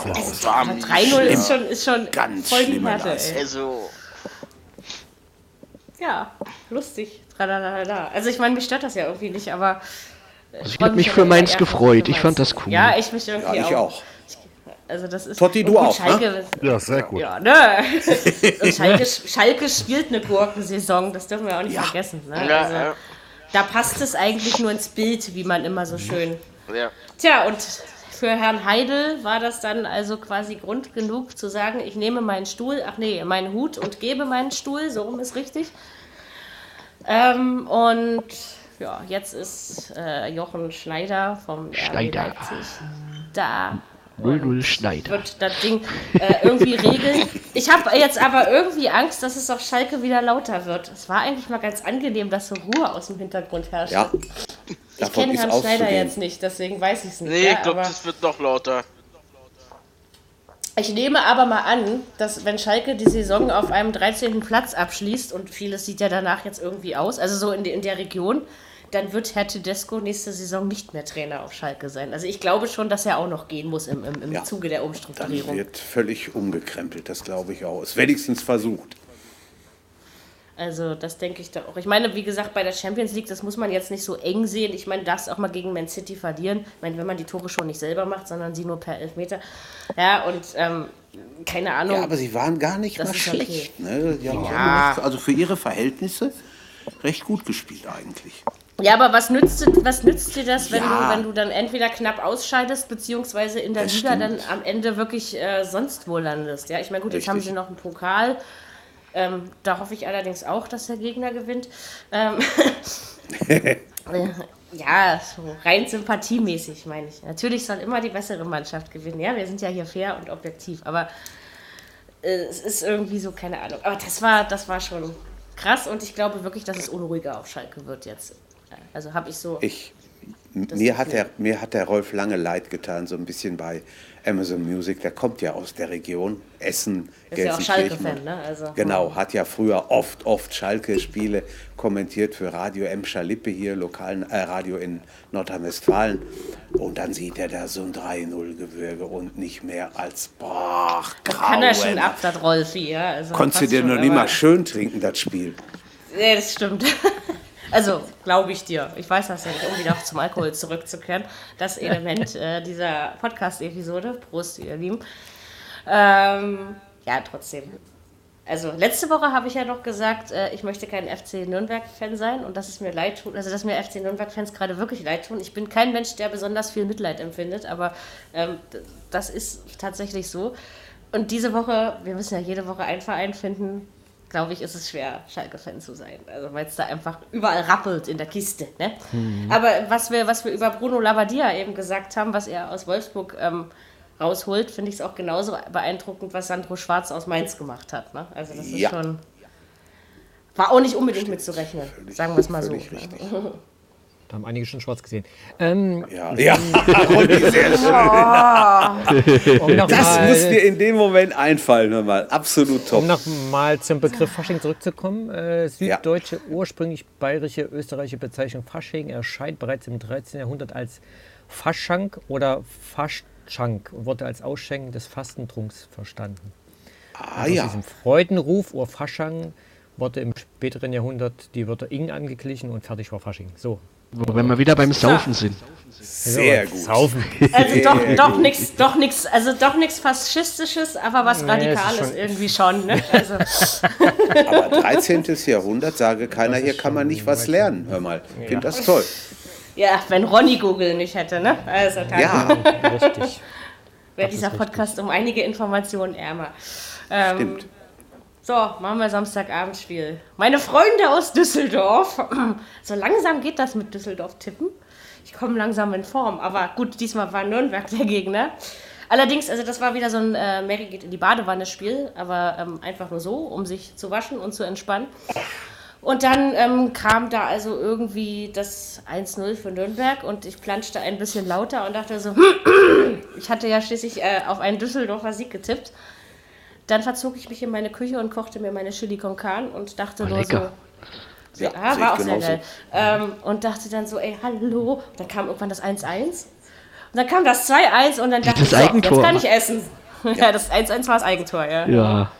3-0 ist schon Ganz voll die schlimme Härte, Leistung. ey. Also, Ja, lustig. Tralalala. Also ich meine, mich stört das ja irgendwie nicht, aber... Also ich habe mich für Mainz gefreut. Ich fand das cool. Ja, ich mich irgendwie Ja, ich auch. Also das ist... Totti, du und gut, auch, Schalke, Ja, sehr gut. Ja, ne? Und Schalke spielt eine Gurkensaison, das dürfen wir auch nicht vergessen. Ne? ja, Also, da passt es eigentlich nur ins Bild, wie man immer so schön... ja. Tja, und für Herrn Heidel war das dann also quasi Grund genug zu sagen, ich nehme meinen Stuhl, meinen Hut und gebe meinen Stuhl, so rum ist richtig. Und ja, jetzt ist Jochen Schneider vom RB Schneider. Leipzig da. 0-0 Schneider. Wird das Ding irgendwie regeln. Ich habe jetzt aber irgendwie Angst, dass es auf Schalke wieder lauter wird. Es war eigentlich mal ganz angenehm, dass so Ruhe aus dem Hintergrund herrscht. Ja. Ich kenne Herrn Schneider jetzt nicht, deswegen weiß ich es nicht. Nee, ja, ich glaube, aber das wird noch lauter. ich nehme aber mal an, dass wenn Schalke die Saison auf einem 13. Platz abschließt, und vieles sieht ja danach jetzt irgendwie aus, also so in der Region, dann wird Herr Tedesco nächste Saison nicht mehr Trainer auf Schalke sein. Also ich glaube schon, dass er auch noch gehen muss im Ja. Zuge der Dann Umstrukturierung. wird völlig umgekrempelt, das glaube ich auch. Ist wenigstens versucht. Also das denke ich da auch. Ich meine, wie gesagt, bei der Champions League, das muss man jetzt nicht so eng sehen. Ich meine, du darfst auch mal gegen Man City verlieren. Ich meine, wenn man die Tore schon nicht selber macht, sondern sie nur per Elfmeter. Ja, und keine Ahnung. Ja, aber sie waren gar nicht Das mal ist okay. schlecht. Ne? Die haben also für ihre Verhältnisse recht gut gespielt eigentlich. Ja, aber was nützt dir das, wenn du dann entweder knapp ausscheidest, beziehungsweise in der Liga dann am Ende wirklich sonst wo landest? Ja, ich meine, gut, jetzt haben sie noch einen Pokal. Da hoffe ich allerdings auch, dass der Gegner gewinnt. Ja, so rein sympathiemäßig, meine ich. Natürlich soll immer die bessere Mannschaft gewinnen. Ja, wir sind ja hier fair und objektiv, aber es ist irgendwie so, keine Ahnung. Aber das war schon krass und ich glaube wirklich, dass es unruhiger auf Schalke wird jetzt. Also habe ich so... Mir hat der Rolf Lange leid getan, so ein bisschen bei Amazon Music. Der kommt ja aus der Region Essen, ist ja auch Schalke-Fan, ne? Also, genau, hat ja früher oft Schalke-Spiele kommentiert für Radio M. Schalippe hier, lokalen Radio in Nordrhein-Westfalen. Und dann sieht er da so ein 3-0-Gewürge und nicht mehr als grau. Kann er schon ab, das Rolfi, ja. Also konntest du dir noch nicht mal schön trinken, das Spiel. Ja, das stimmt. Also, glaube ich dir. Ich weiß das ja nicht, um wieder zum Alkohol zurückzukehren. Das Element dieser Podcast-Episode. Prost, ihr Lieben. Ja, trotzdem. Also, letzte Woche habe ich ja noch gesagt, ich möchte kein FC Nürnberg-Fan sein und dass es mir leid tut, also dass mir FC Nürnberg-Fans gerade wirklich leid tun. Ich bin kein Mensch, der besonders viel Mitleid empfindet, aber das ist tatsächlich so. Und diese Woche, wir müssen ja jede Woche einen Verein finden, glaube ich, ist es schwer, Schalke-Fan zu sein. Also, weil es da einfach überall rappelt in der Kiste. Ne? Aber was wir über Bruno Labbadia eben gesagt haben, was er aus Wolfsburg rausholt, finde ich es auch genauso beeindruckend, was Sandro Schwarz aus Mainz gemacht hat. Ne? Also, das ist schon... War auch nicht unbedingt mitzurechnen, sagen wir es mal so. Richtig. Da haben einige schon schwarz gesehen. Ja, Ronny, sehr schön. Das muss mir in dem Moment einfallen, hör mal. Absolut top. Um nochmal zum Begriff Fasching zurückzukommen. Süddeutsche, ursprünglich bayerische, österreichische Bezeichnung Fasching erscheint bereits im 13. Jahrhundert als Faschank oder Faschank und wurde als Ausschenken des Fastentrunks verstanden. Aus diesem Freudenruf Faschang wurde im späteren Jahrhundert die Wörter ing angeglichen und fertig war Fasching. So. Wenn wir wieder beim Saufen sind. Sehr gut. Saufen. Also doch nichts Faschistisches, aber was Radikales irgendwie schon. Ne? Also. Aber 13. Jahrhundert, sage keiner, hier kann man nicht was lernen. Hör mal, ich finde das toll. Ja, wenn Ronny Google nicht hätte, ne? Also Richtig. Wäre dieser Podcast um einige Informationen ärmer. Stimmt. So, machen wir Samstagabendspiel. Meine Freunde aus Düsseldorf. So langsam geht das mit Düsseldorf tippen. Ich komme langsam in Form. Aber gut, diesmal war Nürnberg der Gegner. Allerdings, also das war wieder so ein Mary geht in die Badewanne-Spiel. Aber einfach nur so, um sich zu waschen und zu entspannen. Und dann kam da also irgendwie das 1-0 für Nürnberg. Und ich planschte ein bisschen lauter und dachte so, ich hatte ja schließlich auf einen Düsseldorfer Sieg getippt. Dann verzog ich mich in meine Küche und kochte mir meine Chili con Carne und dachte nur lecker. so... Ja, war auch sehr geil. Und dachte dann so, ey, hallo. Und dann kam irgendwann das 1-1. Und dann kam das 2-1 und dann dachte ich, so, jetzt kann ich essen. Ja, das 1-1 war das Eigentor, ja. Gab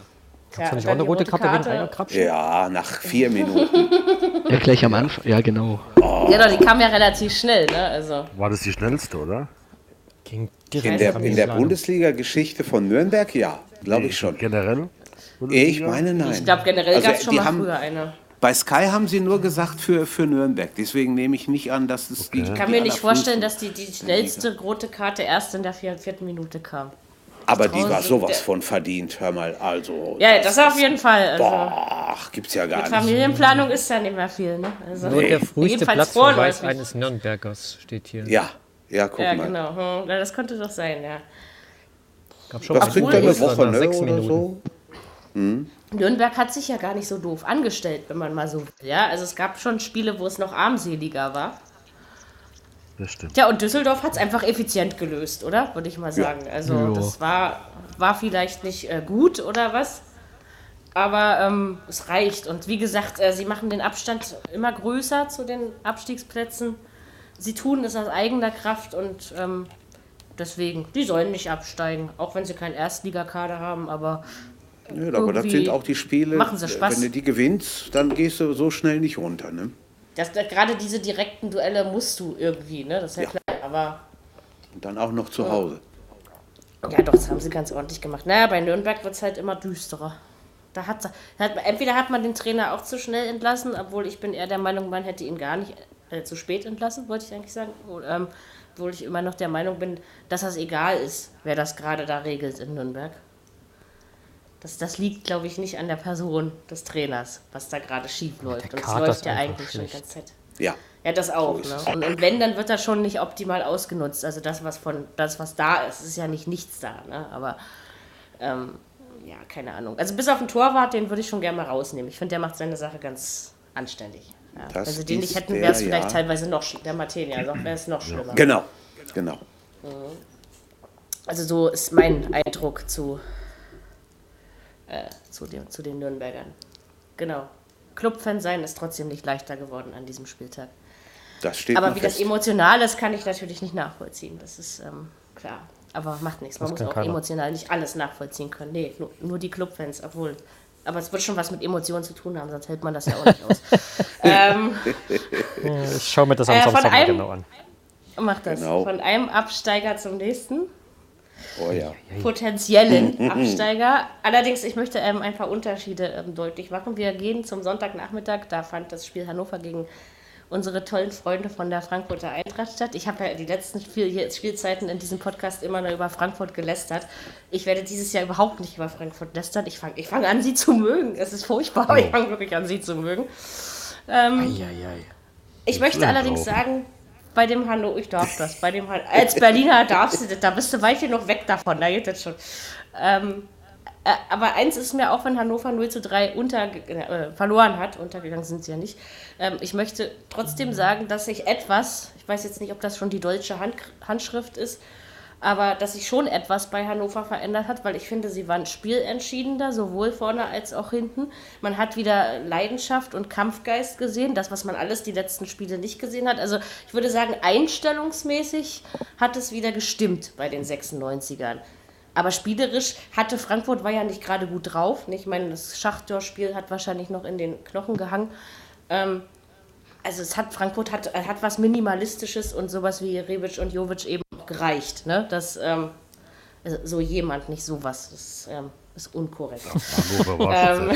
es nicht auch eine rote Karte wegen Rainer Krabsch? Ja, nach 4 Minuten. Ja, gleich am Anfang, ja genau. Ja, doch, die kam ja relativ schnell, ne? Also. War das die schnellste, oder? In der Bundesliga-Geschichte von Nürnberg, ja, glaube ich schon. Generell? Ich meine, nein. Ich glaube, generell gab es schon mal früher eine. Bei Sky haben sie nur gesagt für Nürnberg. Deswegen nehme ich nicht an, dass es Ich kann mir nicht vorstellen, dass die schnellste rote Karte erst in der 4. Minute kam. Aber die war sowas von verdient, hör mal. Also, ja, das auf jeden Fall. Also, boah, gibt's ja gar nicht. Familienplanung ist ja nicht mehr viel, ne? Also, nur der früheste Platzverweis eines Nürnbergers steht hier. Ja, guck mal. Genau. Das könnte doch sein, ja. Gab schon das kriegt dann eine Woche, ne, 6 oder Minuten. so. Nürnberg hat sich ja gar nicht so doof angestellt, wenn man mal so will. Ja, also es gab schon Spiele, wo es noch armseliger war. Das stimmt. Ja, und Düsseldorf hat es einfach effizient gelöst, oder? Würde ich mal sagen. Also das war vielleicht nicht gut oder was, aber es reicht. Und wie gesagt, sie machen den Abstand immer größer zu den Abstiegsplätzen. Sie tun es aus eigener Kraft und deswegen, die sollen nicht absteigen, auch wenn sie keinen Erstligakader haben, aber Ja, aber das sind auch die Spiele, machen sie Spaß. wenn du die gewinnst, dann gehst du so schnell nicht runter, ne? Gerade diese direkten Duelle musst du irgendwie, ne? Das ist ja klar, aber... Und dann auch noch zu Hause. Ja doch, das haben sie ganz ordentlich gemacht. Naja, bei Nürnberg wird es halt immer düsterer. Entweder hat man den Trainer auch zu schnell entlassen, obwohl ich bin eher der Meinung, man hätte ihn gar nicht zu spät entlassen, wollte ich eigentlich sagen. Obwohl ich immer noch der Meinung bin, dass das egal ist, wer das gerade da regelt in Nürnberg. Das liegt, glaube ich, nicht an der Person des Trainers, was da gerade schief läuft. Und es läuft ja eigentlich schon die ganze Zeit. Ja. Ja, das auch. Ne? Und wenn, dann wird das schon nicht optimal ausgenutzt. Also das, was da ist ja nicht nichts da. Ne? Aber ja, keine Ahnung. Also bis auf den Torwart, den würde ich schon gerne mal rausnehmen. Ich finde, der macht seine Sache ganz anständig. Ja. Wenn sie den nicht hätten, wäre es vielleicht teilweise noch der Martenia, also wäre es noch schlimmer. Genau. Also so ist mein Eindruck zu den Nürnbergern. Genau. Clubfan sein ist trotzdem nicht leichter geworden an diesem Spieltag. Das steht aber wie fest. Das emotional ist, kann ich natürlich nicht nachvollziehen. Das ist klar. Aber macht nichts. Man muss auch emotional nicht alles nachvollziehen können. Nee, nur die Clubfans, obwohl. Aber es wird schon was mit Emotionen zu tun haben, sonst hält man das ja auch nicht aus. Ich schaue mir das am Samstag mal genau an. Mach das. Genau. Von einem Absteiger zum nächsten. Oh ja. Potenziellen Absteiger. Allerdings, ich möchte ein paar Unterschiede deutlich machen. Wir gehen zum Sonntagnachmittag. Da fand das Spiel Hannover gegen unsere tollen Freunde von der Frankfurter Eintracht statt. Ich habe ja die letzten Spielzeiten in diesem Podcast immer nur über Frankfurt gelästert. Ich werde dieses Jahr überhaupt nicht über Frankfurt lästern. Ich fang an, sie zu mögen. Es ist furchtbar, aber ich fange wirklich an, sie zu mögen. Ich möchte allerdings sagen, bei dem Hanno, ich darf das, als Berliner darfst du das, da bist du weit genug weg davon, da geht das schon. Aber eins ist mir auch, wenn Hannover 0:3 verloren hat, untergegangen sind sie ja nicht, ich möchte trotzdem sagen, dass sich etwas, ich weiß jetzt nicht, ob das schon die deutsche Handschrift ist, aber dass sich schon etwas bei Hannover verändert hat, weil ich finde, sie waren spielentscheidender, sowohl vorne als auch hinten. Man hat wieder Leidenschaft und Kampfgeist gesehen, das, was man alles die letzten Spiele nicht gesehen hat. Also ich würde sagen, einstellungsmäßig hat es wieder gestimmt bei den 96ern. Aber spielerisch hatte Frankfurt, war ja nicht gerade gut drauf. Ich meine, das Schachtor-Spiel hat wahrscheinlich noch in den Knochen gehangen. Also Frankfurt hat was Minimalistisches und sowas wie Rebic und Jovic eben gereicht. Ne? Das, so jemand, nicht sowas. Das ist unkorrekt. Das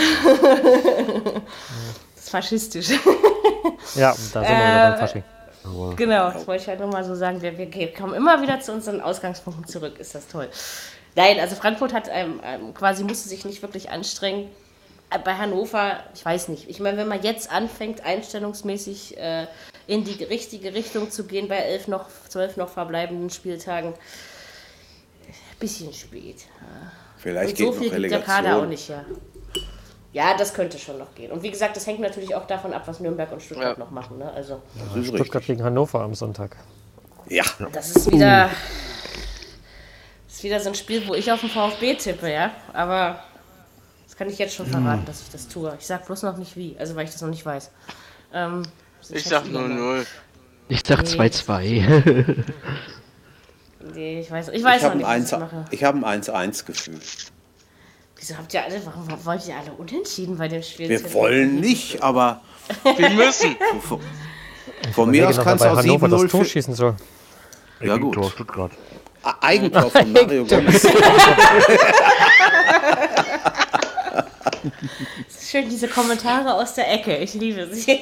ist faschistisch. Ja, da sind wir beim Fasching. Genau, das wollte ich halt nochmal so sagen. Wir kommen immer wieder zu unseren Ausgangspunkten zurück. Ist das toll. Nein, also Frankfurt hat quasi musste sich nicht wirklich anstrengen. Bei Hannover, ich weiß nicht. Ich meine, wenn man jetzt anfängt, einstellungsmäßig in die richtige Richtung zu gehen, bei 12 noch verbleibenden Spieltagen, ein bisschen spät. Vielleicht und geht so viel noch Relegation. Gibt der Kader auch nicht, ja. Ja, das könnte schon noch gehen. Und wie gesagt, das hängt natürlich auch davon ab, was Nürnberg und Stuttgart noch machen. Ne? Also, Stuttgart gegen Hannover am Sonntag. Ja. Das ist wieder so ein Spiel, wo ich auf den VfB tippe, ja. Aber das kann ich jetzt schon verraten, dass ich das tue. Ich sag bloß noch nicht wie, also weil ich das noch nicht weiß. Ich sag 0-0. Ich sag 2-2. Nee, ich weiß noch nicht, was ich mache. Ich habe ein 1-1-Gefühl. Wieso habt ihr alle, warum wollt ihr alle unentschieden bei dem Spiel? Wir wollen nicht, aber wir müssen. Von mir aus kannst du auch 7-0 das Tor schießen soll. Ja gut. Eigentor Stuttgart. Eigentor von Mario Gomez. Schön, diese Kommentare aus der Ecke. Ich liebe sie.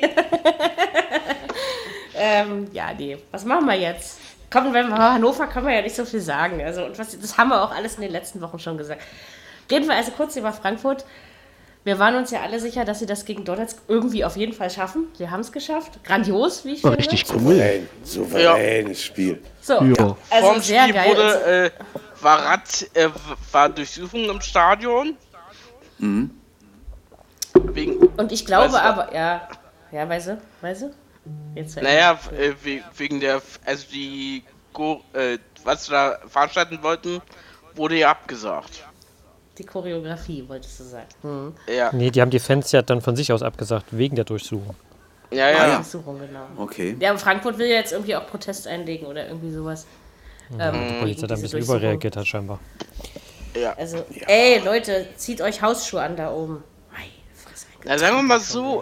Ja, nee. Was machen wir jetzt? Komm, bei Hannover können wir ja nicht so viel sagen. Also, und das haben wir auch alles in den letzten Wochen schon gesagt. Reden wir also kurz über Frankfurt. Wir waren uns ja alle sicher, dass sie das gegen Donetsk irgendwie auf jeden Fall schaffen. Sie haben es geschafft. Grandios, wie ich finde. Richtig cool. Souveränes Spiel. So, ja. Also Vorm sehr Spiel geil. war Durchsuchung im Stadion. Mhm. Und ich glaube aber, ja, weißt du? Jetzt wegen der, also was wir da veranstalten wollten, wurde ja abgesagt. Die Choreografie, wolltest du sagen. Mhm. Ja. Nee, die haben die Fans ja dann von sich aus abgesagt, wegen der Durchsuchung. Ja. Durchsuchung, genau. Okay. Ja, aber Frankfurt will ja jetzt irgendwie auch Protest einlegen oder irgendwie sowas. Die Polizei da ein bisschen überreagiert hat scheinbar. Ja. Also, ey, Leute, zieht euch Hausschuhe an da oben. Na, sagen wir mal so,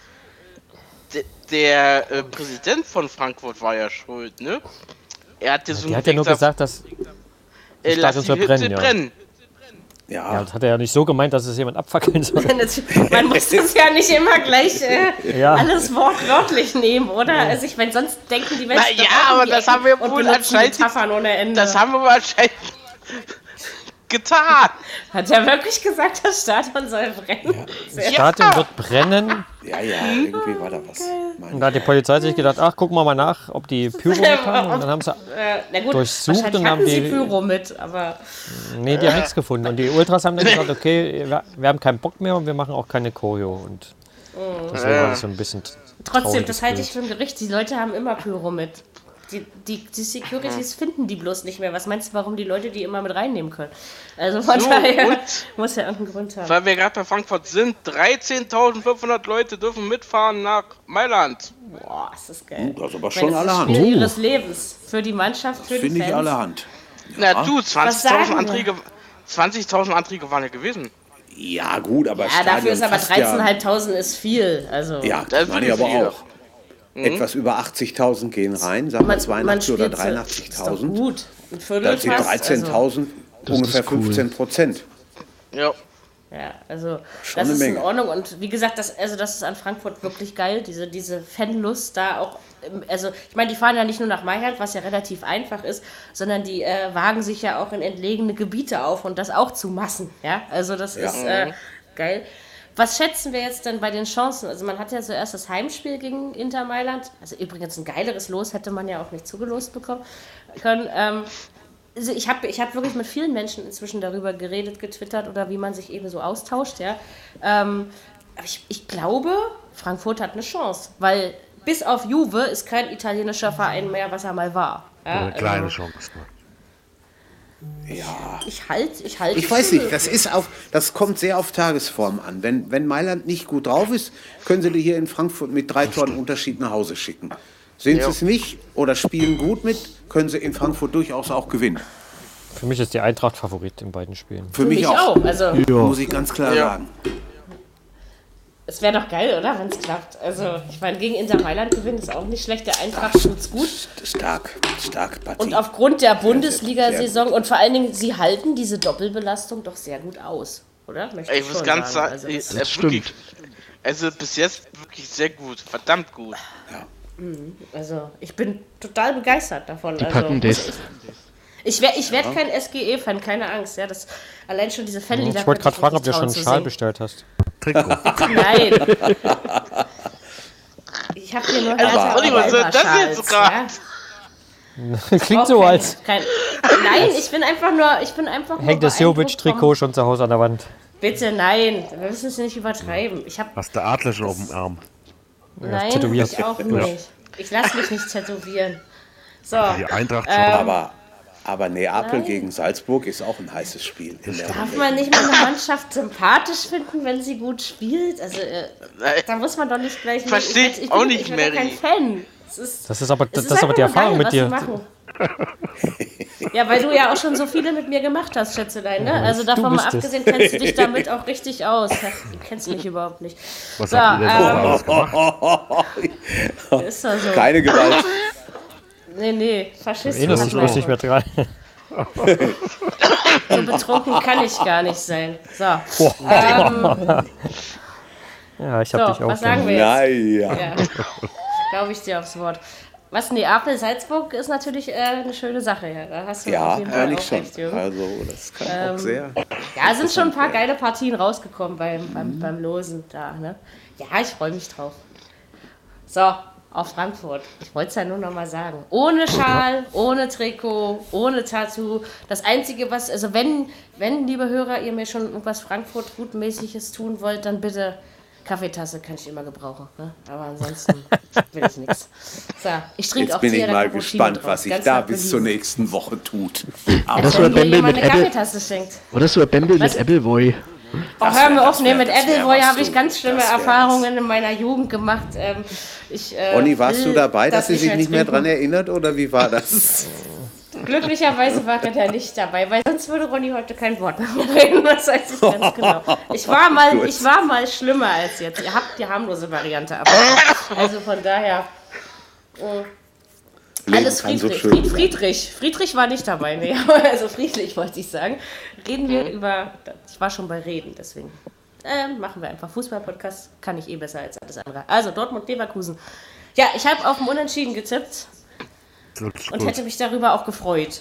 der Präsident von Frankfurt war ja schuld, ne? Er hat ja so der hat ja nur gesagt, dass das Stadion soll brennen, ja. Ja, das hat er ja nicht so gemeint, dass es jemand abfackeln soll. Man muss das ja nicht immer gleich alles wortwörtlich nehmen, oder? Ja. Also ich meine, sonst denken die Menschen... aber das haben wir wohl anscheinend... Das haben wir anscheinend getan. Hat er wirklich gesagt, das Stadion soll brennen? Ja. Das Stadion wird brennen. Ja, irgendwie war da was. Und da hat die Polizei sich gedacht, gucken wir mal nach, ob die Pyro mit haben. Und dann haben sie durchsucht und haben die Pyro mit, aber... Nee, die haben nichts gefunden. Und die Ultras haben dann gesagt, okay, wir haben keinen Bock mehr und wir machen auch keine Choreo. Und deswegen war das so ein bisschen trotzdem, das halte ich für ein Gericht. Die Leute haben immer Pyro mit. Die Securities finden die bloß nicht mehr. Was meinst du, warum die Leute die immer mit reinnehmen können? Also von daher muss ja irgendeinen Grund haben. Weil wir gerade bei Frankfurt sind, 13.500 Leute dürfen mitfahren nach Mailand. Boah, ist das geil. Das ist aber schon allerhand. Das Spiel ihres Lebens. Für die Mannschaft, für die Fans. Finde ich allerhand. Ja. Na du, 20.000 Anträge waren ja gewesen. Ja gut, aber dafür ist aber 13.500 ist viel. Also. Ja, das meine ich aber auch. Etwas über 80.000 gehen rein, sagen wir 82.000 oder 83.000. Gut, ein Viertel das sind 13.000, ungefähr 15%. Ja. Ja, also schon das ist Menge. In Ordnung und wie gesagt, das ist an Frankfurt wirklich geil, diese Fanlust da auch, also ich meine, die fahren ja nicht nur nach Mailand, was ja relativ einfach ist, sondern die wagen sich ja auch in entlegene Gebiete auf und das auch zu Massen, ja, also das ist geil. Was schätzen wir jetzt denn bei den Chancen? Also man hat ja zuerst das Heimspiel gegen Inter Mailand, also übrigens ein geileres Los hätte man ja auch nicht zugelost bekommen können. Also ich hab wirklich mit vielen Menschen inzwischen darüber geredet, getwittert oder wie man sich eben so austauscht. Ja. Ich glaube, Frankfurt hat eine Chance, weil bis auf Juve ist kein italienischer Verein mehr, was er mal war. Ja, eine kleine Chance. Ja. Ich weiß nicht, das kommt sehr auf Tagesform an. Wenn Mailand nicht gut drauf ist, können sie die hier in Frankfurt mit 3 Toren Unterschied nach Hause schicken. Sehen sie es nicht oder spielen gut mit, können sie in Frankfurt durchaus auch gewinnen. Für mich ist die Eintracht Favorit in beiden Spielen. Für mich auch. Also, muss ich ganz klar sagen. Es wäre doch geil, oder, wenn es klappt. Also, ich meine, gegen Inter Mailand gewinnen ist auch nicht schlecht. Der Eintracht tut's gut. Stark Partie. Und aufgrund der Bundesliga-Saison und vor allen Dingen, sie halten diese Doppelbelastung doch sehr gut aus, oder? Ich muss ganz sagen, das stimmt. Also bis jetzt wirklich sehr gut, verdammt gut. Ja. Also, ich bin total begeistert davon. Die packen das. Ich werde kein SGE-Fan, keine Angst. Ja, das, allein schon diese Fanlieder. Ich wollte gerade fragen, ob du schon einen Schal bestellt hast. Trikot. Nein. Ich habe hier nur was soll das jetzt gerade? Klingt so als... Nein, ich bin einfach nur... Hängt das Jovic-Trikot schon zu Hause an der Wand? Bitte, nein. Wir müssen es nicht übertreiben. Hast du Adler schon auf dem Arm? Nein, ich auch nicht. Ich lasse mich nicht tätowieren. So. Die Eintracht schon. Aber Neapel gegen Salzburg ist auch ein heißes Spiel. Darf man nicht mal eine Mannschaft sympathisch finden, wenn sie gut spielt? Also, da muss man doch nicht gleich... Verstehe ich auch nicht, Mary. Ich bin kein Fan. Das ist aber die Erfahrung mit dir. Ja, weil du ja auch schon so viele mit mir gemacht hast, Schätzelein. Ne? Also davon mal abgesehen, kennst du dich damit auch richtig aus. Du kennst mich überhaupt nicht. Was habt ihr denn alles gemacht? Ist doch so. Keine Gewalt. Nee, Faschisten. Erinnerst dich bloß nicht mehr dran. So betrunken kann ich gar nicht sein. So. Ja, ich hab dich auch. Was sagen wir jetzt? Naja. Glaube ich dir aufs Wort. Was Neapel-Salzburg ist natürlich eine schöne Sache. Ja, da hast du auf jeden Fall auch recht, Jürgen. Also, das kann auch sehr. Ja, sind schon ein paar geile Partien rausgekommen beim Losen da. Ne? Ja, ich freue mich drauf. So, auf Frankfurt. Ich wollte es ja nur noch mal sagen. Ohne Schal, ohne Trikot, ohne Tattoo. Das Einzige, was, also wenn, liebe Hörer, ihr mir schon irgendwas Frankfurt-Gutmäßiges tun wollt, dann bitte Kaffeetasse kann ich immer gebrauchen. Ne? Aber ansonsten will ich nichts. So, ich trinke auch Jetzt bin ich mal Cappuccino gespannt, drauf. was sich Ganz da nach bis Belieben. zur nächsten Woche tut. Oder so ein Wenn mir Bämbel jemand mit eine Apple. Kaffeetasse schenkt. Oder so ein Bämbel Was? mit Appleboy. Oh, hör mir auf, mit das wär Appleboy was, habe ich du. ganz schlimme Das wär Erfahrungen in meiner Jugend gemacht. Ronny, warst du dabei, dass sie sich nicht mehr dran dran erinnert, oder wie war das? Glücklicherweise war er da nicht dabei, weil sonst würde Ronny heute kein Wort mehr reden, das weiß ich ganz genau. Ich war mal schlimmer als jetzt. Ihr habt die harmlose Variante ab. Also von daher... Alles Friedrich. Friedrich war nicht dabei, nee. Also friedlich wollte ich sagen. Reden wir über. Ich war schon bei Reden, deswegen. Machen wir einfach Fußball-Podcast. Kann ich besser als alles andere. Also Dortmund-Leverkusen. Ja, ich habe auf dem Unentschieden getippt. Und hätte mich darüber auch gefreut.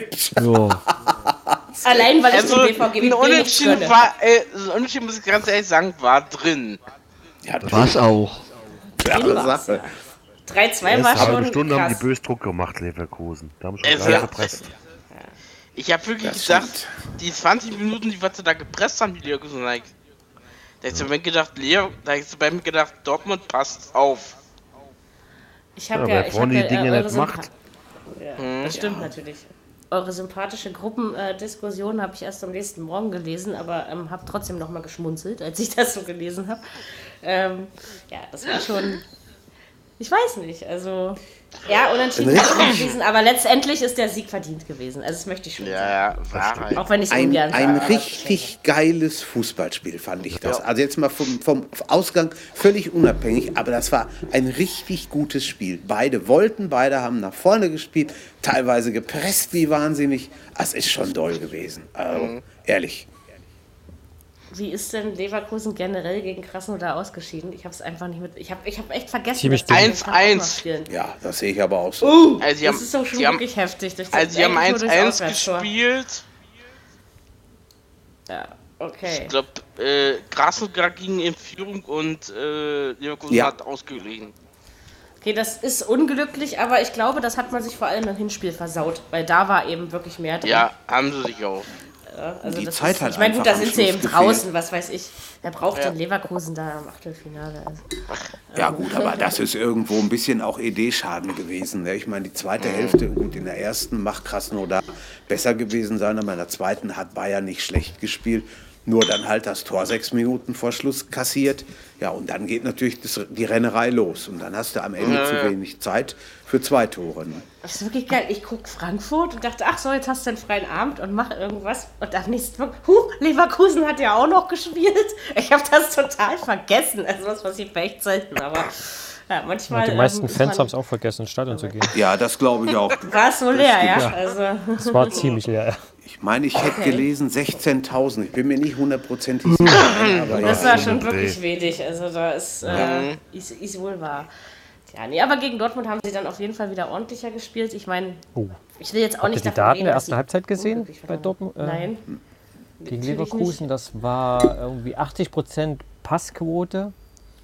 Allein, weil ich dem BVB ein Unentschieden war, ein Unentschieden, muss ich ganz ehrlich sagen, war drin. Ja, war's auch. Klare Sache. 3-2 war schon eine Stunde krass. haben die bös Druck gemacht, Leverkusen. Da haben schon gleich gepresst. Ich habe wirklich gedacht, die 20 Minuten, die was sie da gepresst haben, die Leverkusen, da hätte ich bei mir gedacht, Dortmund passt auf. Ich habe die Dinge eure nicht macht. Das stimmt natürlich. Eure sympathische Gruppendiskussion habe ich erst am nächsten Morgen gelesen, aber habe trotzdem noch mal geschmunzelt, als ich das so gelesen habe. Ja, das war schon... Ich weiß nicht, also... Ja, unentschieden gewesen, aber letztendlich ist der Sieg verdient gewesen. Also das möchte ich schon sagen. Ja, Wahrheit. Auch wenn ich es ungern Ein sage, richtig geiles Fußballspiel fand ich das. Also jetzt mal vom Ausgang völlig unabhängig, aber das war ein richtig gutes Spiel. Beide wollten, beide haben nach vorne gespielt, teilweise gepresst wie wahnsinnig. Das ist schon doll gewesen, also, ehrlich. Wie ist denn Leverkusen generell gegen Krasnodar ausgeschieden? Ich habe es einfach nicht mit... Ich hab echt vergessen, Ziemlich dass die 1-1. spielen. Ja, das sehe ich aber auch so. Also Das ist doch schon wirklich heftig. Sie haben 1-1 gespielt. Ja, okay. Ich glaube, Krasnodar ging in Führung und Leverkusen hat ausgeglichen. Okay, das ist unglücklich, aber ich glaube, das hat man sich vor allem im Hinspiel versaut, weil da war eben wirklich mehr drin. Ja, haben sie sich auch. Ja, also die das Zeit ist, hat ich meine, gut, da einfach sind am sie Schluss eben gefehlt. draußen, was weiß ich. Wer braucht denn Leverkusen da im Achtelfinale? Also, Ja gut, aber das ist irgendwo ein bisschen auch Idee-Schaden gewesen. Ne? Ich meine, die zweite Hälfte, gut, in der ersten mag Krasnodar besser gewesen sein, aber in der zweiten hat Bayern nicht schlecht gespielt. Nur dann halt das Tor 6 Minuten vor Schluss kassiert. Ja, und dann geht natürlich die Rennerei los. Und dann hast du am Ende zu wenig Zeit für 2 Tore. Ne? das ist wirklich geil. Ich gucke Frankfurt und dachte, ach so, jetzt hast du einen freien Abend und mach irgendwas. Und am nächsten Tag, Leverkusen hat ja auch noch gespielt. Ich habe das total vergessen. Also das passiert bei echt selten, aber... Ja, manchmal, die meisten Fans haben es auch vergessen, ins Stadion zu gehen. Ja, das glaube ich auch. War es so leer, ja? Also, Es war ziemlich leer, ja. Ich meine, ich hätte gelesen 16.000. Ich bin mir nicht hundertprozentig sicher. Aber das ja. war schon wirklich wenig. Also da ist wohl wahr. Ja, nee, aber gegen Dortmund haben sie dann auf jeden Fall wieder ordentlicher gespielt. Ich meine, ich will jetzt auch Habt ihr nicht die davon Daten reden, der dass ersten sie Halbzeit gesehen unglücklich bei waren. Dortmund? Nein. Gegen Natürlich Leverkusen, das war irgendwie 80% Passquote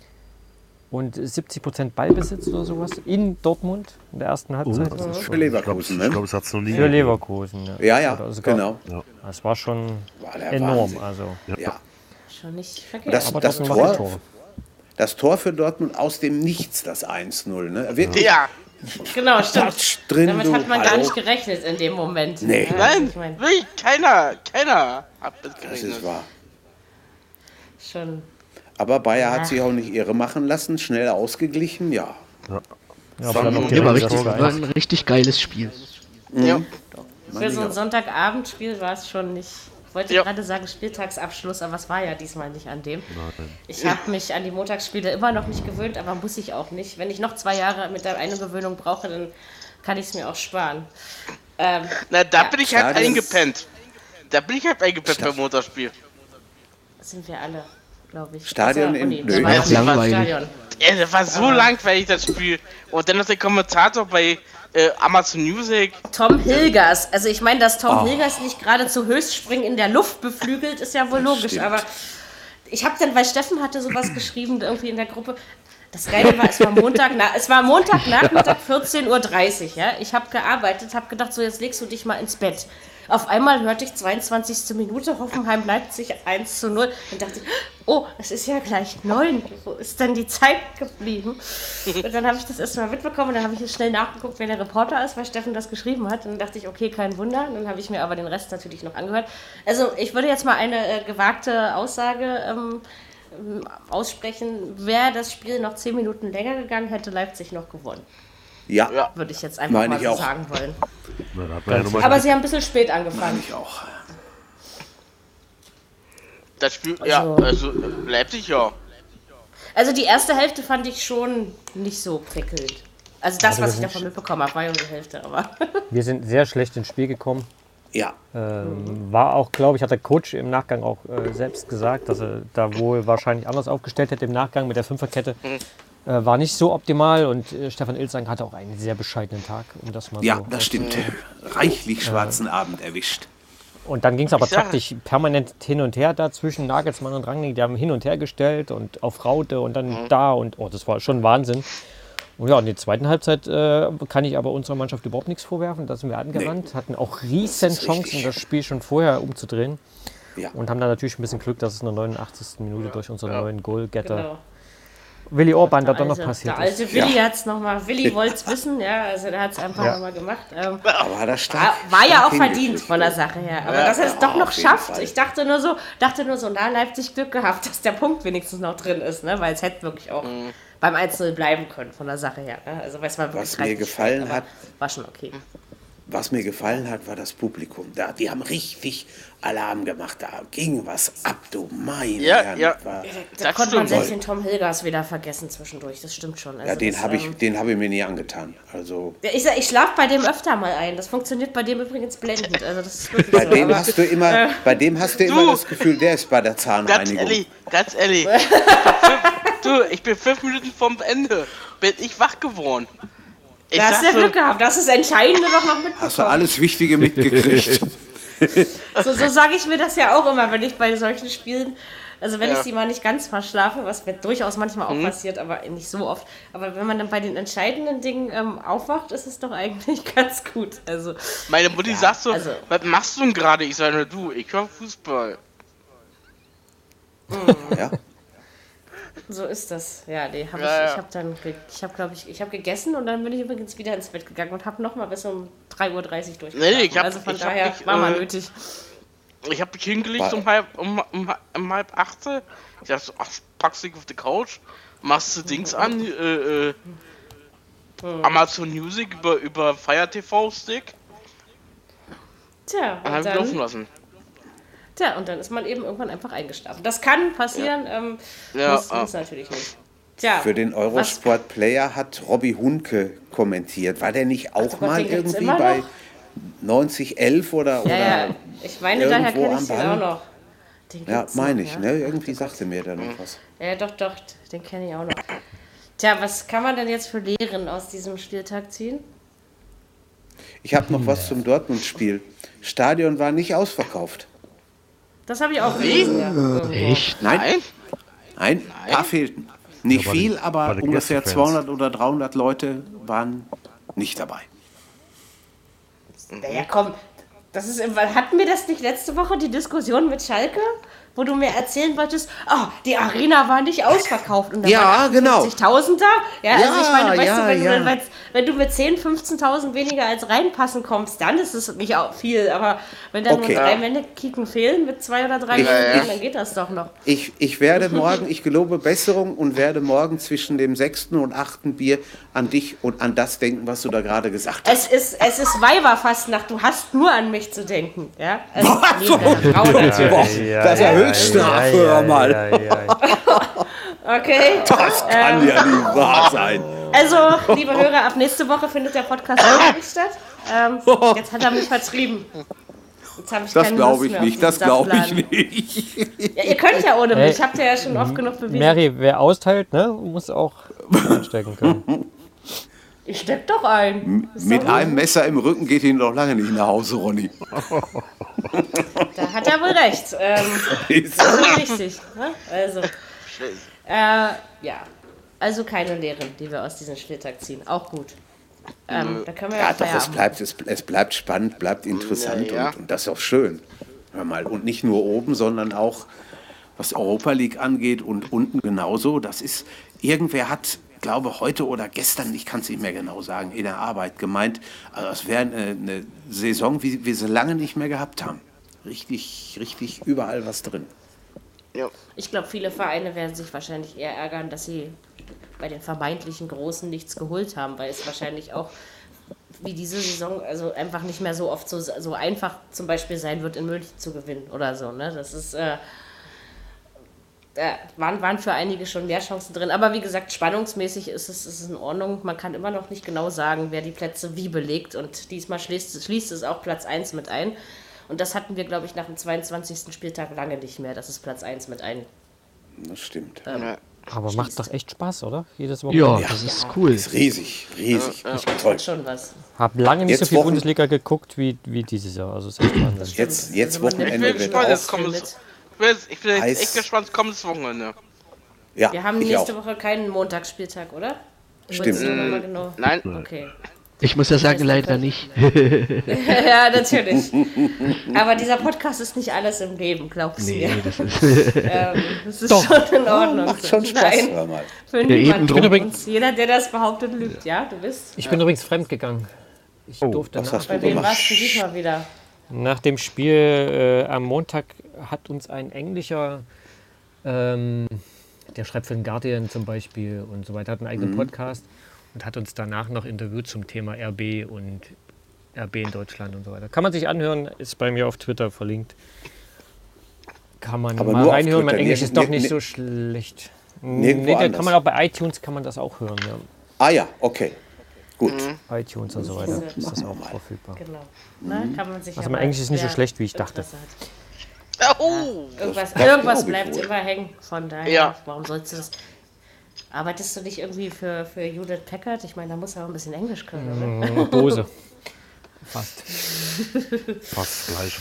und 70% Ballbesitz oder sowas in Dortmund in der ersten Halbzeit. Das ist Für Leverkusen, Ich ne? glaube, es hat es noch nie für Leverkusen, ja. Ja, Oder sogar- genau. Das war schon War der enorm. Wahnsinn. Also. Ja. Schon nicht Und verkehrt. Aber trotzdem waren die Tore. das Tor für Dortmund aus dem Nichts, das 1-0. Ne? Wirklich Ja, Genau, stimmt. Touch drin, Damit du, hat man gar hallo. nicht gerechnet in dem Moment. Nee. Ja, nein, ich mein, wirklich, keiner hat das Das gerechnet. ist wahr. schon. Aber Bayer hat sich auch nicht irre machen lassen, schnell ausgeglichen, ja. Ja, aber dann noch Ja, war direkt richtig, das war ein richtig geiles Spiel. Ja. Für so ein Sonntagabendspiel war es schon nicht. Ich wollte Ja. gerade sagen Spieltagsabschluss, aber es war ja diesmal nicht an dem. Ich habe mich an die Montagsspiele immer noch nicht gewöhnt, aber muss ich auch nicht. Wenn ich noch 2 Jahre mit der Eingewöhnung brauche, dann kann ich es mir auch sparen. Na, da bin ich halt Stadion- eingepennt. Beim Motorspiel. Sind wir alle, glaube ich. Stadion Außer in- Uni, Nö. der war Ja, das nicht langweilig. Stadion. Das war so langweilig, das Spiel. Und dann noch der Kommentator bei Amazon Music. Tom Hilgers. Also ich meine, dass Tom Hilgers nicht gerade zu Höchstspringen in der Luft beflügelt, ist ja wohl logisch. stimmt. Aber ich habe dann, weil Steffen hatte sowas geschrieben irgendwie in der Gruppe. Das Geile war, es war Montagnachmittag 14:30 Uhr. Ja? Ich habe gearbeitet, habe gedacht, so jetzt legst du dich mal ins Bett. Auf einmal hörte ich 22. Minute, Hoffenheim-Leipzig 1:0. Und dachte ich, oh, es ist ja gleich 9. Wo ist denn die Zeit geblieben? Und dann habe ich das erstmal mitbekommen. Dann habe ich schnell nachgeguckt, wer der Reporter ist, weil Steffen das geschrieben hat. Und dann dachte ich, okay, kein Wunder. Und dann habe ich mir aber den Rest natürlich noch angehört. Also ich würde jetzt mal eine gewagte Aussage aussprechen. Wäre das Spiel noch 10 Minuten länger gegangen, hätte Leipzig noch gewonnen. Ja, Ja. Würde ich jetzt einfach Meine mal ich so auch. sagen wollen. Na, da hat man ja noch mal Aber sie haben ein bisschen spät angefangen. ich auch. Das Spiel, Also- also Leipzig ja. Also die erste Hälfte fand ich schon nicht so prickelnd. Also das, was ich davon mitbekommen habe, war ja die Hälfte, aber... Wir sind sehr schlecht ins Spiel gekommen. Ja. War auch, glaube ich, hat der Coach im Nachgang auch selbst gesagt, dass er da wohl wahrscheinlich anders aufgestellt hätte im Nachgang mit der Fünferkette. War nicht so optimal und Stefan Ilsank hatte auch einen sehr bescheidenen Tag, um das mal so... Ja, das stimmt. Reichlich schwarzen Abend erwischt. Und dann ging es aber taktisch permanent hin und her da zwischen Nagelsmann und Rangnick. Die haben hin und her gestellt und auf Raute und dann da und das war schon Wahnsinn. Und ja, in der zweiten Halbzeit kann ich aber unserer Mannschaft überhaupt nichts vorwerfen. Da sind wir angerannt, hatten auch riesen Chancen, das Spiel schon vorher umzudrehen. Ja. Und haben dann natürlich ein bisschen Glück, dass es in der 89. Minute durch unseren neuen Goalgetter Willi Orban da doch noch passiert ist. Der alte Willi hat es nochmal, Willi wollte es wissen, also der hat es einfach nochmal gemacht. Aber das war ja auch verdient von der Sache her. Aber dass er es doch noch schafft, Fall. Ich dachte nur so, na, Leipzig Glück gehabt, dass der Punkt wenigstens noch drin ist, ne? Weil es hätte wirklich auch beim 1-0 bleiben können von der Sache her. Ne? Also, weil es mal wirklich was mir gefallen hat, war schon okay. Was mir gefallen hat, war das Publikum. Die haben richtig Alarm gemacht. Da ging was ab, du mein Herrn. Ja. Da konnte man selbst den Tom Hilgers wieder vergessen zwischendurch. Das stimmt schon. Also ja, den habe ich mir nie angetan. Also ich schlafe bei dem öfter mal ein. Das funktioniert bei dem übrigens blendend. Also das ist wirklich bei dem hast du immer das Gefühl, der ist bei der Zahnreinigung. Ganz ehrlich. Ich bin 5 Minuten vom Ende. Bin ich wach geworden. Da hast du ja Glück gehabt, das ist das Entscheidende doch noch mitbekommen. Hast du alles Wichtige mitgekriegt? so sage ich mir das ja auch immer, wenn ich bei solchen Spielen, also wenn ich sie mal nicht ganz verschlafe, was mir durchaus manchmal auch passiert, aber nicht so oft. Aber wenn man dann bei den entscheidenden Dingen aufwacht, ist es doch eigentlich ganz gut. Also, meine Mutti sagt so, was machst du denn gerade? Ich sage, ich höre Fußball. Ja. So ist das. Ja, ich habe gegessen und dann bin ich übrigens wieder ins Bett gegangen und habe nochmal bis um 3:30 Uhr durchgeschlafen. Also von daher war mal nötig. Ich habe mich hingelegt um halb 8. Ich dachte so, packst dich auf die Couch, machst du Dings an, Amazon Music über Fire TV Stick. Tja, und dann laufen lassen. Tja, und dann ist man eben irgendwann einfach eingeschlafen. Das kann passieren, muss natürlich nicht. Tja, für den Eurosport-Player hat Robby Hunke kommentiert. War der nicht auch mal irgendwie bei 9011 oder ja, ich meine, daher kenne ich den auch noch. Ja, meine ich, ne? Irgendwie sagte mir da noch was. Ja, doch, den kenne ich auch noch. Tja, was kann man denn jetzt für Lehren aus diesem Spieltag ziehen? Ich habe noch was zum Dortmund-Spiel. Stadion war nicht ausverkauft. Das habe ich auch gelesen. Ja, echt? Nein, ein paar fehlten. Nicht ja, viel, aber ungefähr 200 oder 300 Leute waren nicht dabei. Naja, komm, hatten wir das nicht letzte Woche, die Diskussion mit Schalke? Wo du mir erzählen wolltest, die Arena war nicht ausverkauft. Und da waren 50.000 da? Ja, also ich meine, weißt du, wenn du mit 10.000, 15.000 weniger als reinpassen kommst, dann ist es nicht auch viel. Aber wenn dann nur 3 Männerkicken fehlen mit 2 oder 3 Männern, dann geht das doch noch. Ich werde morgen, ich gelobe Besserung und werde morgen zwischen dem 6. und 8. Bier an dich und an das denken, was du da gerade gesagt hast. Es ist Weiberfastnacht, du hast nur an mich zu denken. Ja? Also neben Frau natürlich. Das erhöht Strafe, hör mal. Okay. Das kann ja nicht wahr sein. Also, liebe Hörer, ab nächste Woche findet der Podcast auch nicht statt. Jetzt hat er mich vertrieben. Jetzt habe ich das glaube ich nicht, das glaube ich nicht. Ja, ihr könnt ja ohne mich, habt ihr ja schon oft genug bewiesen. Mary, wer austeilt, ne, muss auch einstecken können. Ich steck doch ein. Mit einem Messer im Rücken geht ihn doch lange nicht nach Hause, Ronny. Da hat er wohl recht. Das ist richtig. Ne? Also, also keine Lehren, die wir aus diesem Spieltag ziehen. Auch gut. Da können wir es bleibt spannend, bleibt interessant und das ist auch schön. Hör mal, und nicht nur oben, sondern auch was Europa League angeht und unten genauso. Das ist, irgendwer hat, glaube heute oder gestern, ich kann es nicht mehr genau sagen, in der Arbeit gemeint, also es wäre eine Saison, wie wir sie lange nicht mehr gehabt haben. Richtig überall was drin. Ja. Ich glaube, viele Vereine werden sich wahrscheinlich eher ärgern, dass sie bei den vermeintlichen Großen nichts geholt haben, weil es wahrscheinlich auch wie diese Saison also einfach nicht mehr so oft so einfach zum Beispiel sein wird, in München zu gewinnen oder so. Ne? Das ist waren für einige schon mehr Chancen drin. Aber wie gesagt, spannungsmäßig ist es in Ordnung. Man kann immer noch nicht genau sagen, wer die Plätze wie belegt. Und diesmal schließt es auch Platz 1 mit ein. Und das hatten wir, glaube ich, nach dem 22. Spieltag lange nicht mehr, dass es Platz 1 mit ein. Das stimmt. Aber macht doch echt Spaß, oder? Jedes Wochenende. Ja, das ist cool. Das ist riesig. Toll. Schon was. Hab lange nicht Jetzt so viel Wochen- Bundesliga geguckt wie dieses Jahr. Also ist echt Wahnsinn. Jetzt Ich bin Wochenende wird gespannt, auch. ich bin jetzt Heiß. echt gespannt, kommendes Wochenende. Ja, Wir haben ich nächste auch. Woche keinen Montagsspieltag, oder? Stimmt. Mal genau. Nein, Okay. Ich muss ja sagen, leider nicht. Ja, natürlich. Aber dieser Podcast ist nicht alles im Leben, glaubst du mir. Nee, das ist... Das ist schon in Ordnung. Macht schon Spaß, Nein, hör mal. für eben niemanden drum. von uns. Jeder, der das behauptet, lügt. Ja, du bist. Ich bin übrigens fremdgegangen. Ich durfte Was hast Bei du wem gemacht? warst du diesmal wieder? nach dem Spiel am Montag hat uns ein englischer, der schreibt für den Guardian zum Beispiel und so weiter, hat einen eigenen Podcast und hat uns danach noch interviewt zum Thema RB und RB in Deutschland und so weiter. Kann man sich anhören, ist bei mir auf Twitter verlinkt. Kann man Aber mal nur auf reinhören, mein Twitter, Englisch ist doch nicht ne- so schlecht. nirgendwo da anders. kann man auch bei iTunes kann man das auch hören, ja. Ah ja, okay. Gut. iTunes und so weiter ist das auch verfügbar. Genau. Na, kann man sich Also ja mein mal- Englisch ist nicht so wer schlecht, wie ich dachte. Interesse hat. Irgendwas glaub ich bleibt wohl. immer hängen. Von daher, Ja. warum sollst du das? Arbeitest du nicht irgendwie für Judith Packard? Ich meine, da muss er auch ein bisschen Englisch können, oder? Bose. Fast. Fast das Gleiche.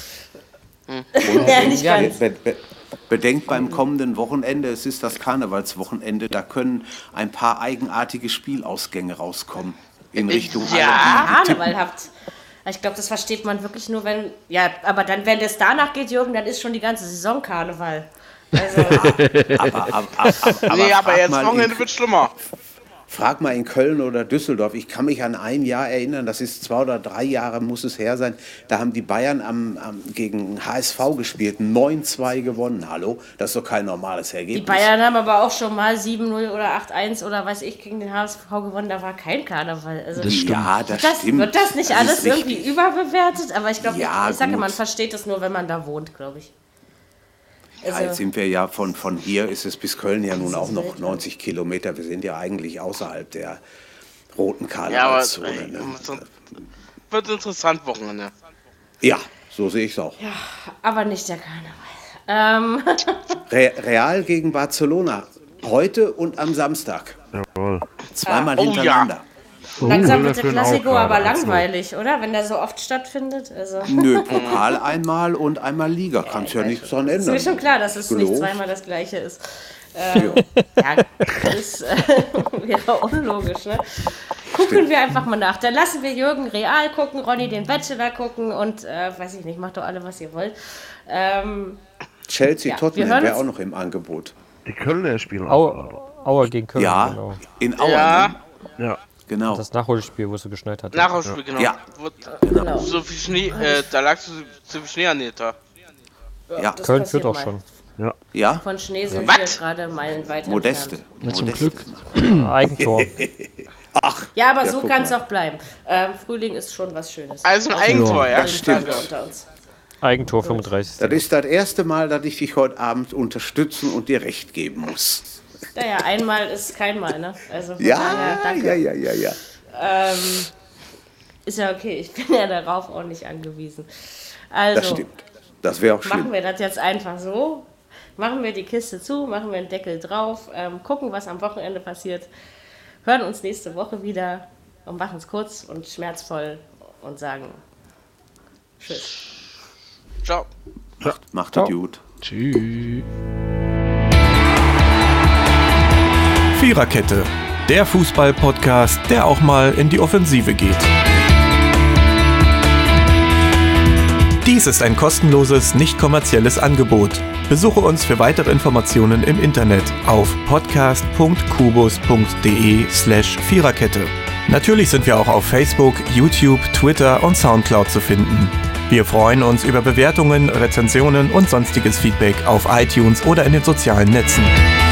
Ja, nicht Ja, ganz. Bedenkt beim kommenden Wochenende, es ist das Karnevalswochenende, da können ein paar eigenartige Spielausgänge rauskommen in Richtung aller, die tippen. Karneval habt. Ich glaube, das versteht man wirklich nur, wenn. Ja, aber dann, wenn es danach geht, Jürgen, dann ist schon die ganze Saison Karneval. Also, Aber nee, aber frag jetzt mal Wochenende wird schlimmer. Frag mal in Köln oder Düsseldorf. Ich kann mich an ein Jahr erinnern, das ist 2 oder 3 Jahre, muss es her sein. Da haben die Bayern gegen HSV gespielt, 9-2 gewonnen. Hallo, das ist doch kein normales die Ergebnis. Bayern haben aber auch schon mal 7-0 oder 8-1 oder weiß ich gegen den HSV gewonnen. Da war kein Karneval. Also, Das stimmt. Ja, das stimmt. wird das nicht Das alles ist irgendwie richtig. überbewertet? Aber ich glaube, Ja, ich sage, gut. man versteht es nur, wenn man da wohnt, glaube ich. Ja, jetzt sind wir ja von hier ist es bis Köln ja nun auch noch Welt, 90 Kilometer. Wir sind ja eigentlich außerhalb der roten Ja, aber Karnevalszone. Ne? wird interessant Wochenende. Ja, so sehe ich es auch. Aber nicht der Karneval. Real gegen Barcelona. Heute und am Samstag. Jawohl. Zweimal Oh, hintereinander. Langsam wird der für den Klassiko auch aber gerade 1-0. langweilig, oder? Wenn der so oft stattfindet. Also. Nö, Pokal einmal und einmal Liga. Kannst ja nichts dran Ist ändern. mir schon klar, dass es nicht Gelogen. zweimal das Gleiche ist. Ja. Ja, das wäre unlogisch, ne? Gucken wir einfach mal nach. Dann lassen wir Jürgen Real gucken, Ronny den Bachelor gucken und, weiß ich nicht, macht doch alle, was ihr wollt. Chelsea, Ja, wir Tottenham hören wäre uns- auch noch im Angebot. Die Kölner spielen auch gerade. Auer gegen Köln, Ja, genau. in Aue. Ja, Ne? Ja. Genau. Das Nachholspiel, wo es so geschneit hat. Nachholspiel, genau. Ja. Wurde so viel Schnee, da lag so viel Schnee an der Ja, Das Köln passiert führt auch mal. schon. ja. Von Schnee sind Was? wir gerade meilenweit Modeste. entfernt. Na, zum Modeste. Glück. Eigentor. Ja, aber Ja, so guck kann es mal. auch bleiben. Frühling ist schon was Schönes. Also ein Eigentor, ja? Das stimmt. Unter uns. Eigentor 35. Das ist das erste Mal, dass ich dich heute Abend unterstützen und dir recht geben muss. Naja, einmal ist kein Mal, ne? Also von Ja, daher, danke. ja. Ist ja okay, ich bin ja darauf auch nicht angewiesen. Also, Das stimmt. Das wäre auch machen schlimm. wir das jetzt einfach so. Machen wir die Kiste zu, machen wir einen Deckel drauf, gucken, was am Wochenende passiert. Hören uns nächste Woche wieder und machen es kurz und schmerzvoll und sagen Tschüss. Ciao. Macht es gut. Tschüss. Viererkette, der Fußball-Podcast, der auch mal in die Offensive geht. Dies ist ein kostenloses, nicht kommerzielles Angebot. Besuche uns für weitere Informationen im Internet auf podcast.kubus.de/Viererkette. Natürlich sind wir auch auf Facebook, YouTube, Twitter und Soundcloud zu finden. Wir freuen uns über Bewertungen, Rezensionen und sonstiges Feedback auf iTunes oder in den sozialen Netzen.